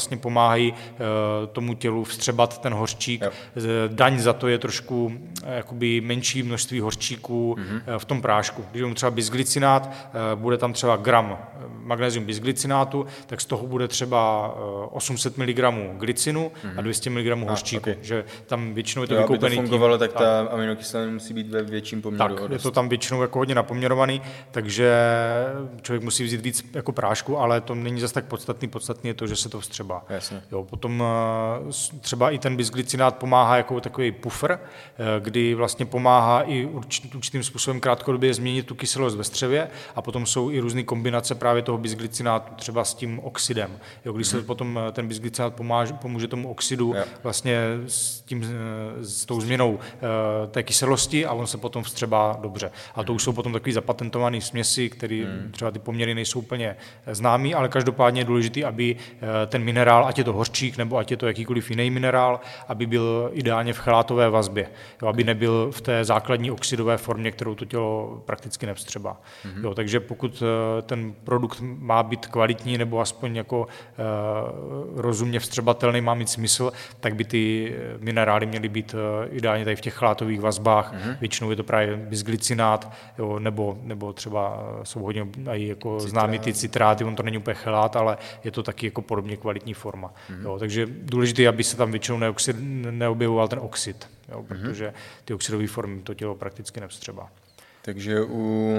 vlastně pomáhají tomu tělu vstřebat ten hořčík. Jo. Daň za to je trošku jakoby menší množství hořčíků mm-hmm. v tom prášku. Když mám třeba bisglycinát, bude tam třeba gram magnézium bisglycinátu, tak z toho bude třeba osm set miligramů glycinu mm-hmm. a dvě stě miligramů hořčíku. Okay. Že tam většinou je to jo, vykoupený. Aby to fungovalo, tím, tak ta aminokyselina musí být ve větším poměru. Tak, je to tam většinou jako hodně napoměrovaný, takže člověk musí vzít víc jako prášku, ale to není zase tak podstatný. Podstatný je to, že se to vstřebá. Jasně. Jo, potom třeba i ten bisglycinát pomáhá jako takový puffer, kdy vlastně pomáhá i určitým způsobem krátkodobě změnit tu kyselost ve střevě a potom jsou i různé kombinace právě toho bisglycinátu, třeba s tím oxidem. Jo, když mm-hmm. se potom ten bisglycinát pomáže, pomůže tomu oxidu jo. vlastně s, tím, s tou změnou té kyselosti a on se potom vstřebá dobře. A to už jsou potom takový zapatentované směsi, které mm. třeba ty poměry nejsou úplně známý, ale každopádně je důležité, aby ten minerál, ať je to hořčík nebo ať je to jakýkoliv jiný minerál, aby byl ideálně v chelátové vazbě, jo, aby nebyl v té základní oxidové formě, kterou to tělo prakticky nevstřebá. Mm-hmm. Jo, takže pokud ten produkt má být kvalitní nebo aspoň jako uh, rozumně vstřebatelný, má mít smysl, tak by ty minerály měly být uh, ideálně tady v těch chlátových vazbách. Mm-hmm. Většinou je to právě bisglycinát, jo, nebo, nebo třeba jsou hodně i jako známý ty citráty, on to není úplně chelát, ale je to taky jako podobně kvalitní forma. Mm-hmm. Jo, takže důležité, aby se tam většinou neoxid, neobjevoval ten oxid, jo, protože ty oxidové formy to tělo prakticky nevstřebá. Takže u,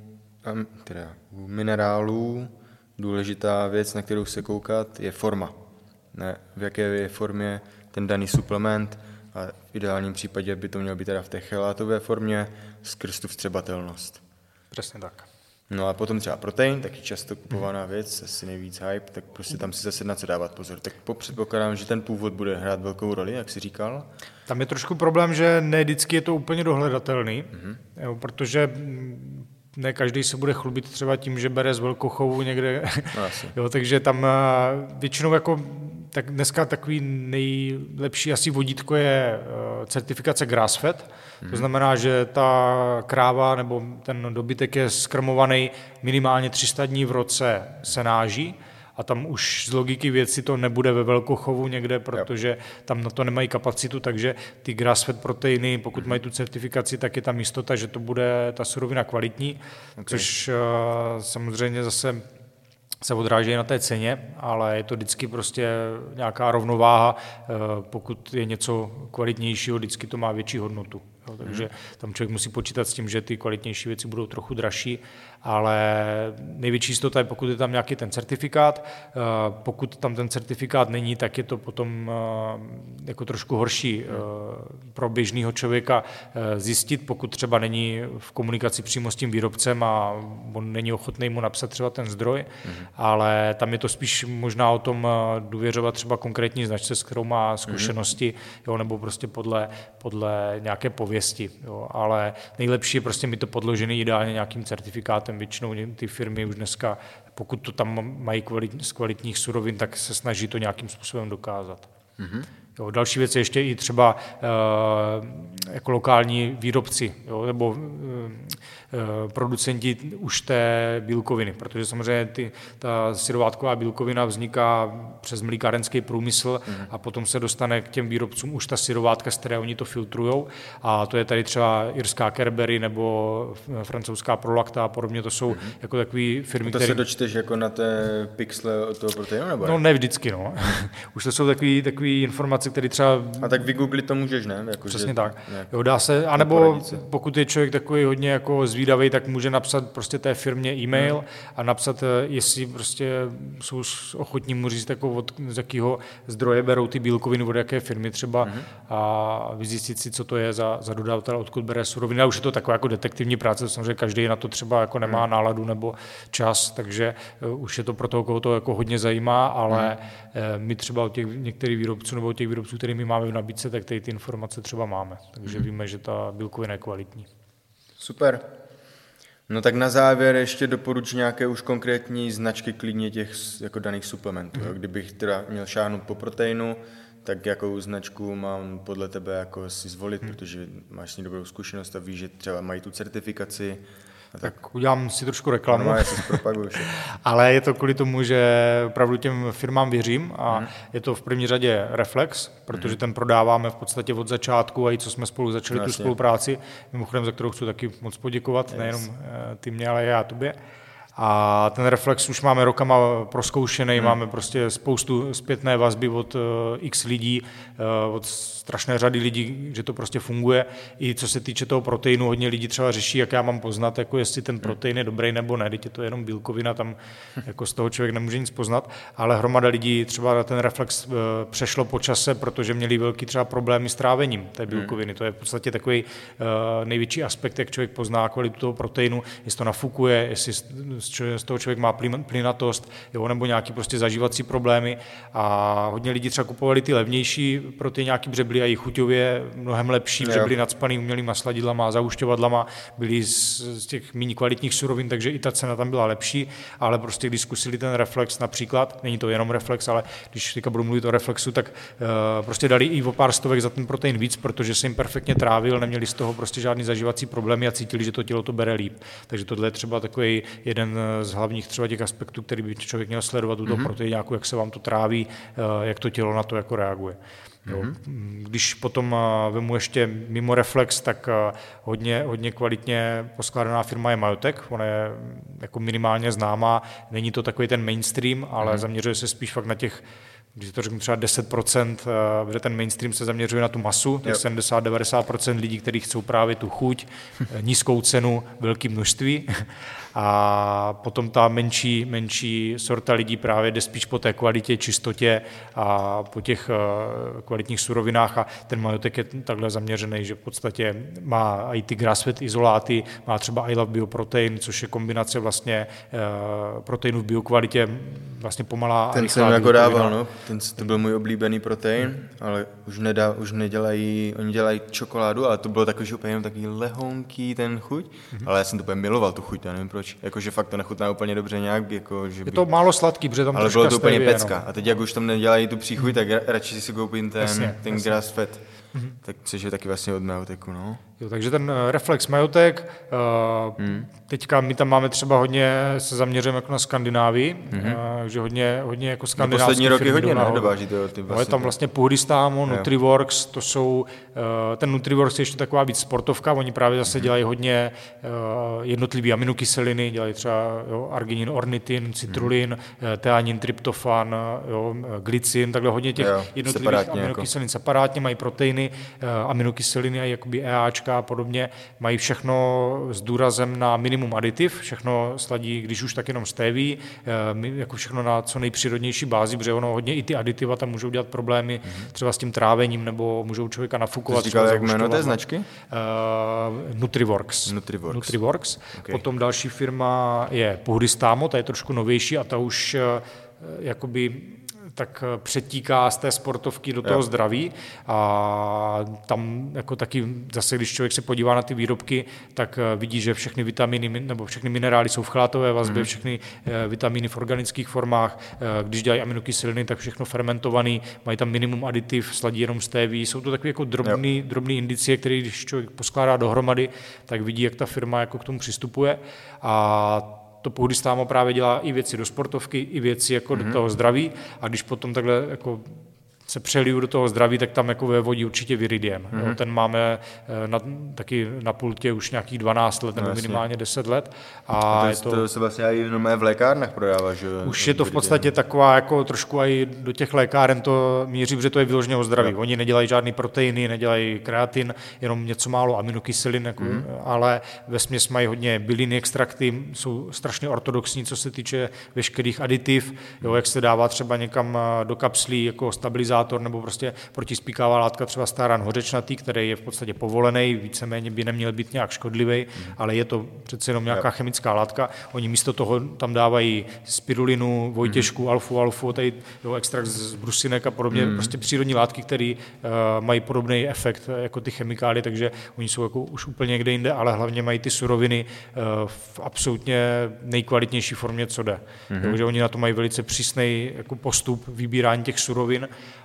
teda, u minerálů důležitá věc, na kterou se koukat, je forma. Ne, v jaké je formě ten daný suplement a v ideálním případě by to mělo být teda v té chelátové formě skrz tu vstřebatelnost. Přesně tak. No a potom třeba protein, taky často kupovaná věc, asi nejvíc hype, tak prostě tam si zase na co dávat pozor. Tak předpokládám, že ten původ bude hrát velkou roli, jak jsi říkal. Tam je trošku problém, že ne vždycky je to úplně dohledatelný, mm-hmm. jo, protože ne každý se bude chlubit třeba tím, že bere z velkochovu někde, no, jo, takže tam většinou jako tak dneska takový nejlepší asi vodítko je certifikace grass-fed. To znamená, že ta kráva nebo ten dobytek je skrmovaný minimálně tři sta dní v roce senáží a tam už z logiky věci to nebude ve velkochovu někde, protože tam na to nemají kapacitu, takže ty grass-fed proteiny, pokud mají tu certifikaci, tak je tam jistota, že to bude ta surovina kvalitní, okay. což uh, samozřejmě zase se odráží na té ceně, ale je to vždycky prostě nějaká rovnováha, pokud je něco kvalitnějšího, vždycky to má větší hodnotu. Jo, takže tam člověk musí počítat s tím, že ty kvalitnější věci budou trochu dražší, ale největší jistota je, pokud je tam nějaký ten certifikát. Pokud tam ten certifikát není, tak je to potom jako trošku horší pro běžného člověka zjistit, pokud třeba není v komunikaci přímo s tím výrobcem a on není ochotný mu napsat třeba ten zdroj, mm-hmm. ale tam je to spíš možná o tom důvěřovat třeba konkrétní značce, s kterou má zkušenosti, mm-hmm. jo, nebo prostě podle, podle nějaké pověsti. Jo, ale nejlepší je prostě mít to podložený ideálně nějakým certifikátem. Většinou ty firmy už dneska, pokud to tam mají kvalit, z kvalitních surovin, tak se snaží to nějakým způsobem dokázat. Mm-hmm. Jo, další věc je ještě i třeba e, jako lokální výrobci, jo, nebo e, producenti už té bílkoviny, protože samozřejmě ty, ta syrovátková bílkovina vzniká přes mlýkárenský průmysl mm. a potom se dostane k těm výrobcům už ta syrovátka, z které oni to filtrujou a to je tady třeba irská Kerbery nebo francouzská Prolacta a podobně, to jsou mm. jako takové firmy, to které... se dočteš jako na té pixle od toho proteinu, nebo No ne vždycky, no. Už to jsou takové informace, které třeba... A tak vygooglit to můžeš, ne? Jako, Přesně že... tak. Jo, dá se, anebo pokud je člověk takový hodně jako zvídavý, tak může napsat prostě té firmě e-mail hmm. a napsat, jestli prostě jsou ochotní mu říct, jako od, z jakého zdroje berou ty bílkoviny, od jaké firmy třeba hmm. a vyzjistit si, co to je za, za dodavatel, odkud bere surovina. Už je to taková jako detektivní práce, samozřejmě každý na to třeba jako nemá hmm. náladu nebo čas, takže uh, už je to pro toho, koho to jako hodně zajímá, ale hmm. uh, my třeba od těch některých výrobců nebo od těch výrobců, který my máme v nabídce, tak tady ty informace třeba máme. Takže hmm. víme, že ta bílkovina je kvalitní. Super. No tak na závěr ještě doporuč nějaké už konkrétní značky klidně těch jako daných suplementů. Hmm. Kdybych teda měl šáhnout po proteinu, tak jakou značku mám podle tebe jako si zvolit, hmm. protože máš s ní dobrou zkušenost a víš, že třeba mají tu certifikaci. Tak, tak udělám si trošku reklamu. No, já si zpropaguju. Ale je to kvůli tomu, že opravdu těm firmám věřím a hmm. je to v první řadě Reflex, protože hmm. ten prodáváme v podstatě od začátku a i co jsme spolu začali no, tu spolupráci, mimochodem, za kterou chci taky moc poděkovat, yes. nejenom ty mě, ale já tobě. A ten Reflex už máme rokama prozkoušený, hmm. máme prostě spoustu zpětné vazby od uh, x lidí, uh, od strašné řady lidí, že to prostě funguje. I co se týče toho proteinu, hodně lidí třeba řeší, jak já mám poznat, jako jestli ten protein je dobrý nebo ne, teď je to jenom bílkovina, tam jako z toho člověk nemůže nic poznat, ale hromada lidí třeba na ten Reflex uh, přešlo po čase, protože měli velký třeba problémy s trávením té bílkoviny. Hmm. To je v podstatě takový uh, největší aspekt, jak člověk pozná kvalitu toho proteinu, jestli to nafukuje, jestli z toho člověk má plynatost, jo, nebo nějaký prostě zažívací problémy a hodně lidí třeba kupovali ty levnější pro ty nějaký břebly a i chuťově mnohem lepší břebly nacpaný umělýma sladidlama, zaušťovadlama, byly z, z těch méně kvalitních surovin, takže i ta cena tam byla lepší, ale prostě když zkusili ten Reflex například, není to jenom Reflex, ale když teďka budu mluvit o Reflexu, tak uh, prostě dali i o pár stovek za ten protein víc, protože se jim perfektně trávil, neměli z toho prostě žádný zažívací problémy a cítili, že to tělo to bere líp. Takže tohle je třeba takový jeden z hlavních třeba těch aspektů, který by člověk měl sledovat u toho mm-hmm. proteináku, jak se vám to tráví, jak to tělo na to jako reaguje. Mm-hmm. Když potom vemu ještě mimo Reflex, tak hodně, hodně kvalitně poskládaná firma je Myotek, ona je jako minimálně známá, není to takový ten mainstream, ale mm-hmm. zaměřuje se spíš fakt na těch, když to řeknu třeba deset procent, kde ten mainstream se zaměřuje na tu masu, těch sedmdesát až devadesát procent lidí, kteří chcou právě tu chuť, nízkou cenu, velké množství. A potom ta menší, menší sorta lidí právě jde spíš po té kvalitě, čistotě a po těch kvalitních surovinách a ten Myotek je takhle zaměřený, že v podstatě má i ty grass-fed izoláty, má třeba I Love Bioprotein, což je kombinace vlastně proteinů v biokvalitě, vlastně pomalá. Ten jsem jako dával, no. Ten, to byl můj oblíbený protein, ale už, nedá, už nedělají, oni dělají čokoládu, ale to bylo takový, že úplně jenom takový lehonký ten chuť, mm-hmm. ale já jsem to úplně miloval, tu chuť, já nevím proč, jakože fakt to nechutná úplně dobře nějak, jako, že by... Je to málo sladký, protože tam ale bylo to úplně stevie, pecka. No. A teď jak už tam nedělají tu příchuť, tak radši si koupím ten, jasně, ten jasně. grass fed. Mm-hmm. Tak což je taky vlastně od Myoteku, no. Jo, takže ten Reflex Myotek, uh, hmm. teďka my tam máme třeba hodně, se zaměřujeme jako na Skandinávii, mm-hmm. uh, že hodně, hodně jako skandinávské poslední roky hodně dováží to. Ty vlastně, no, je tam vlastně Puhdistámo, Nutriworks, to jsou, uh, ten Nutriworks je ještě taková víc sportovka, oni právě zase mm-hmm. dělají hodně uh, jednotlivý aminokyseliny, dělají třeba jo, arginin, ornitin, citrulin, mm-hmm. teanin, tryptofan, jo, glycin, takhle hodně těch jo, jednotlivých aminokyselin jako. Separátně, mají proteiny, uh, aminokyseliny a jakoby EAčka a podobně, mají všechno s důrazem na minimum aditiv, všechno sladí, když už tak jenom stéví, jako všechno na co nejpřírodnější bázi, protože ono hodně i ty aditiva tam můžou dělat problémy mm-hmm. třeba s tím trávením, nebo můžou člověka nafukovat. Ty jsi říkal, jak jméno té značky? Uh, Nutriworks. Nutriworks. Nutriworks. Okay. Potom další firma je Puhdistámo, ta je trošku novější a ta už uh, jakoby tak přetíká z té sportovky do toho jo. zdraví a tam jako taky zase, když člověk se podívá na ty výrobky, tak vidí, že všechny vitamíny nebo všechny minerály jsou v chlátové vazbě, mm. všechny vitamíny v organických formách, když dělají aminokyseliny, tak všechno fermentovaný, mají tam minimum aditiv, sladí jenom stéví, jsou to takové jako drobný, drobný indicie, které když člověk poskládá dohromady, tak vidí, jak ta firma jako k tomu přistupuje a to Puhdistámo právě dělá i věci do sportovky, i věci jako mm-hmm. do toho zdraví a když potom takhle jako se přeliju do toho zdraví, tak tam jako ve vodí určitě viridiem. Mm-hmm. Jo, ten máme na, taky na pultě už nějakých dvanáct let, nebo no, minimálně deset let. A, a to, je to, to se vlastně i jenom v lékárnách prodává, že? Už je to v podstatě taková, jako trošku i do těch lékáren to míří, protože to je vyloženě o zdraví. No. Oni nedělají žádný proteiny, nedělají kreatin, jenom něco málo aminokyselin, jako, mm. ale vesměs mají hodně byliny, extrakty, jsou strašně ortodoxní, co se týče veškerých aditiv, jo, jak se dává třeba někam do kapslí jako stabilizátor nebo prostě protispíkavá látka, třeba staran hořečnatý, který je v podstatě povolený, víceméně by neměl být nějak škodlivý, mm. ale je to přece jenom nějaká yep. chemická látka. Oni místo toho tam dávají spirulinu, vojtěžku, mm. alfu, alfu, tady jo, extrakt z brusinek a podobně, mm. prostě přírodní látky, které uh, mají podobný efekt jako ty chemikálie, takže oni jsou jako už úplně někde jinde, ale hlavně mají ty suroviny uh, v absolutně nejkvalitnější formě, co jde. Mm. Takže oni na to mají velice přísný jako postup vybírání těch surovin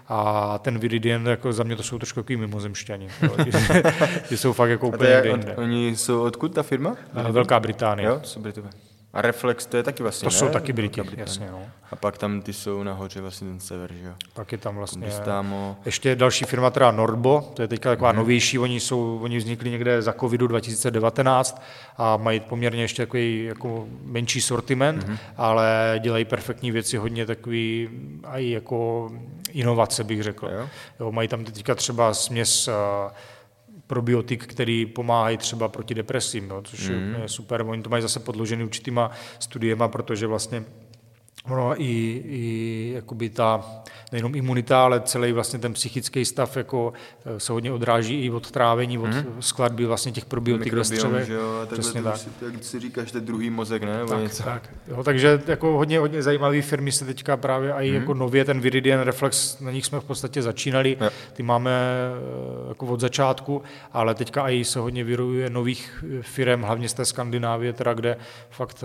a ten Viridian, jako za mě to jsou trošku takový mimozemšťani. Ty jsou fakt jako úplně je, jinde. On, oni jsou odkud ta firma? Velká Británie. Jo, jsou Britové. A Reflex to je taky vlastně, To ne? jsou taky Briti, jasně, no. A pak tam ty jsou nahoře vlastně ten sever, že jo? Pak je tam vlastně... Dostámo... Ještě další firma, teda Norbo, to je teďka taková mm. novější, oni, jsou, oni vznikli někde za covidu dva tisíce devatenáct a mají poměrně ještě takový jako menší sortiment, mm. ale dělají perfektní věci, hodně takový i jako inovace, bych řekl. Jo. Jo, mají tam teďka třeba směs probiotik, který pomáhají třeba proti depresím, jo, což mm. je super. Oni to mají zase podložený určitýma studiema, protože vlastně ono i, i jakoby ta nejenom imunita, ale celý vlastně ten psychický stav jako se hodně odráží i od trávení, od hmm. skladby vlastně těch probiotik ve střevech. Přesně tak. Si, jak si říkáš, ten druhý mozek, ne? Tak, něco. Tak. Jo, takže jako hodně, hodně zajímavé firmy se teďka právě i hmm. jako nově ten Viridian Reflex, na nich jsme v podstatě začínali, jo. Ty máme jako od začátku, ale teďka i se hodně vyrojuje nových firem, hlavně z té Skandinávie, teda, kde fakt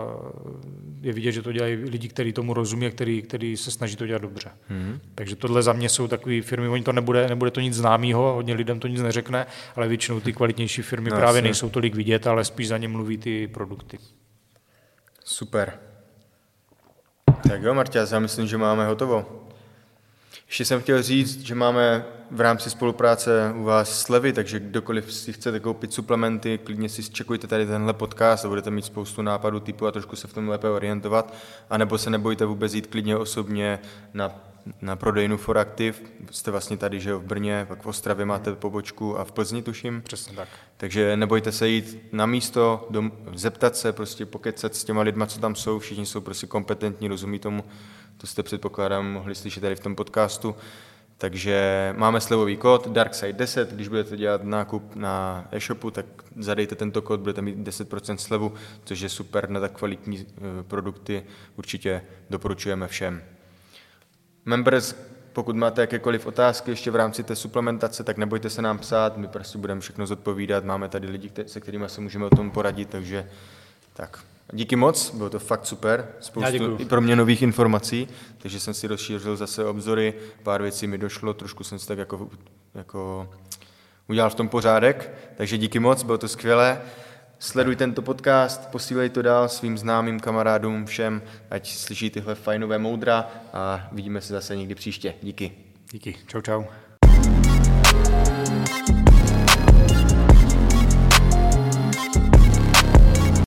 je vidět, že to dělají lidi, kteří tomu rozumí a který, který se snaží to dělat dobře. Hmm. Takže tohle za mě jsou takové firmy, oni to nebude, nebude to nic známého, hodně lidem to nic neřekne, ale většinou ty kvalitnější firmy no, právě jasně. nejsou tolik vidět, ale spíš za ně mluví ty produkty. Super. Tak jo, Marťas, já myslím, že máme hotovo. Ještě jsem chtěl říct, že máme v rámci spolupráce u vás slevy, takže kdokoliv si chcete koupit suplementy, klidně si čekujte tady tenhle podcast a budete mít spoustu nápadů typu a trošku se v tom lépe orientovat, anebo se nebojte vůbec jít klidně osobně na, na prodejnu Foractive. Jste vlastně tady, že jo, v Brně, pak v Ostravě máte pobočku a v Plzni tuším. Přesně tak. Takže nebojte se jít na místo, dom, zeptat se, prostě pokecat s těma lidma, co tam jsou, všichni jsou prostě kompetentní, rozumí tomu. To jste předpokládám mohli slyšet tady v tom podcastu. Takže máme slevový kód Darkside deset, když budete dělat nákup na e-shopu, tak zadejte tento kód, budete mít deset procent slevu, což je super na tak kvalitní produkty, určitě doporučujeme všem. Members, pokud máte jakékoliv otázky ještě v rámci té suplementace, tak nebojte se nám psát, my prostě budeme všechno zodpovídat, máme tady lidi, se kterými se můžeme o tom poradit, takže tak. Díky moc, bylo to fakt super, spoustu i pro mě nových informací, takže jsem si rozšířil zase obzory, pár věcí mi došlo, trošku jsem si tak jako, jako udělal v tom pořádek, takže díky moc, bylo to skvělé. Sleduj tento podcast, posílej to dál svým známým kamarádům, všem, ať slyší tyhle fajnové moudra a vidíme se zase někdy příště. Díky. Díky, čau čau.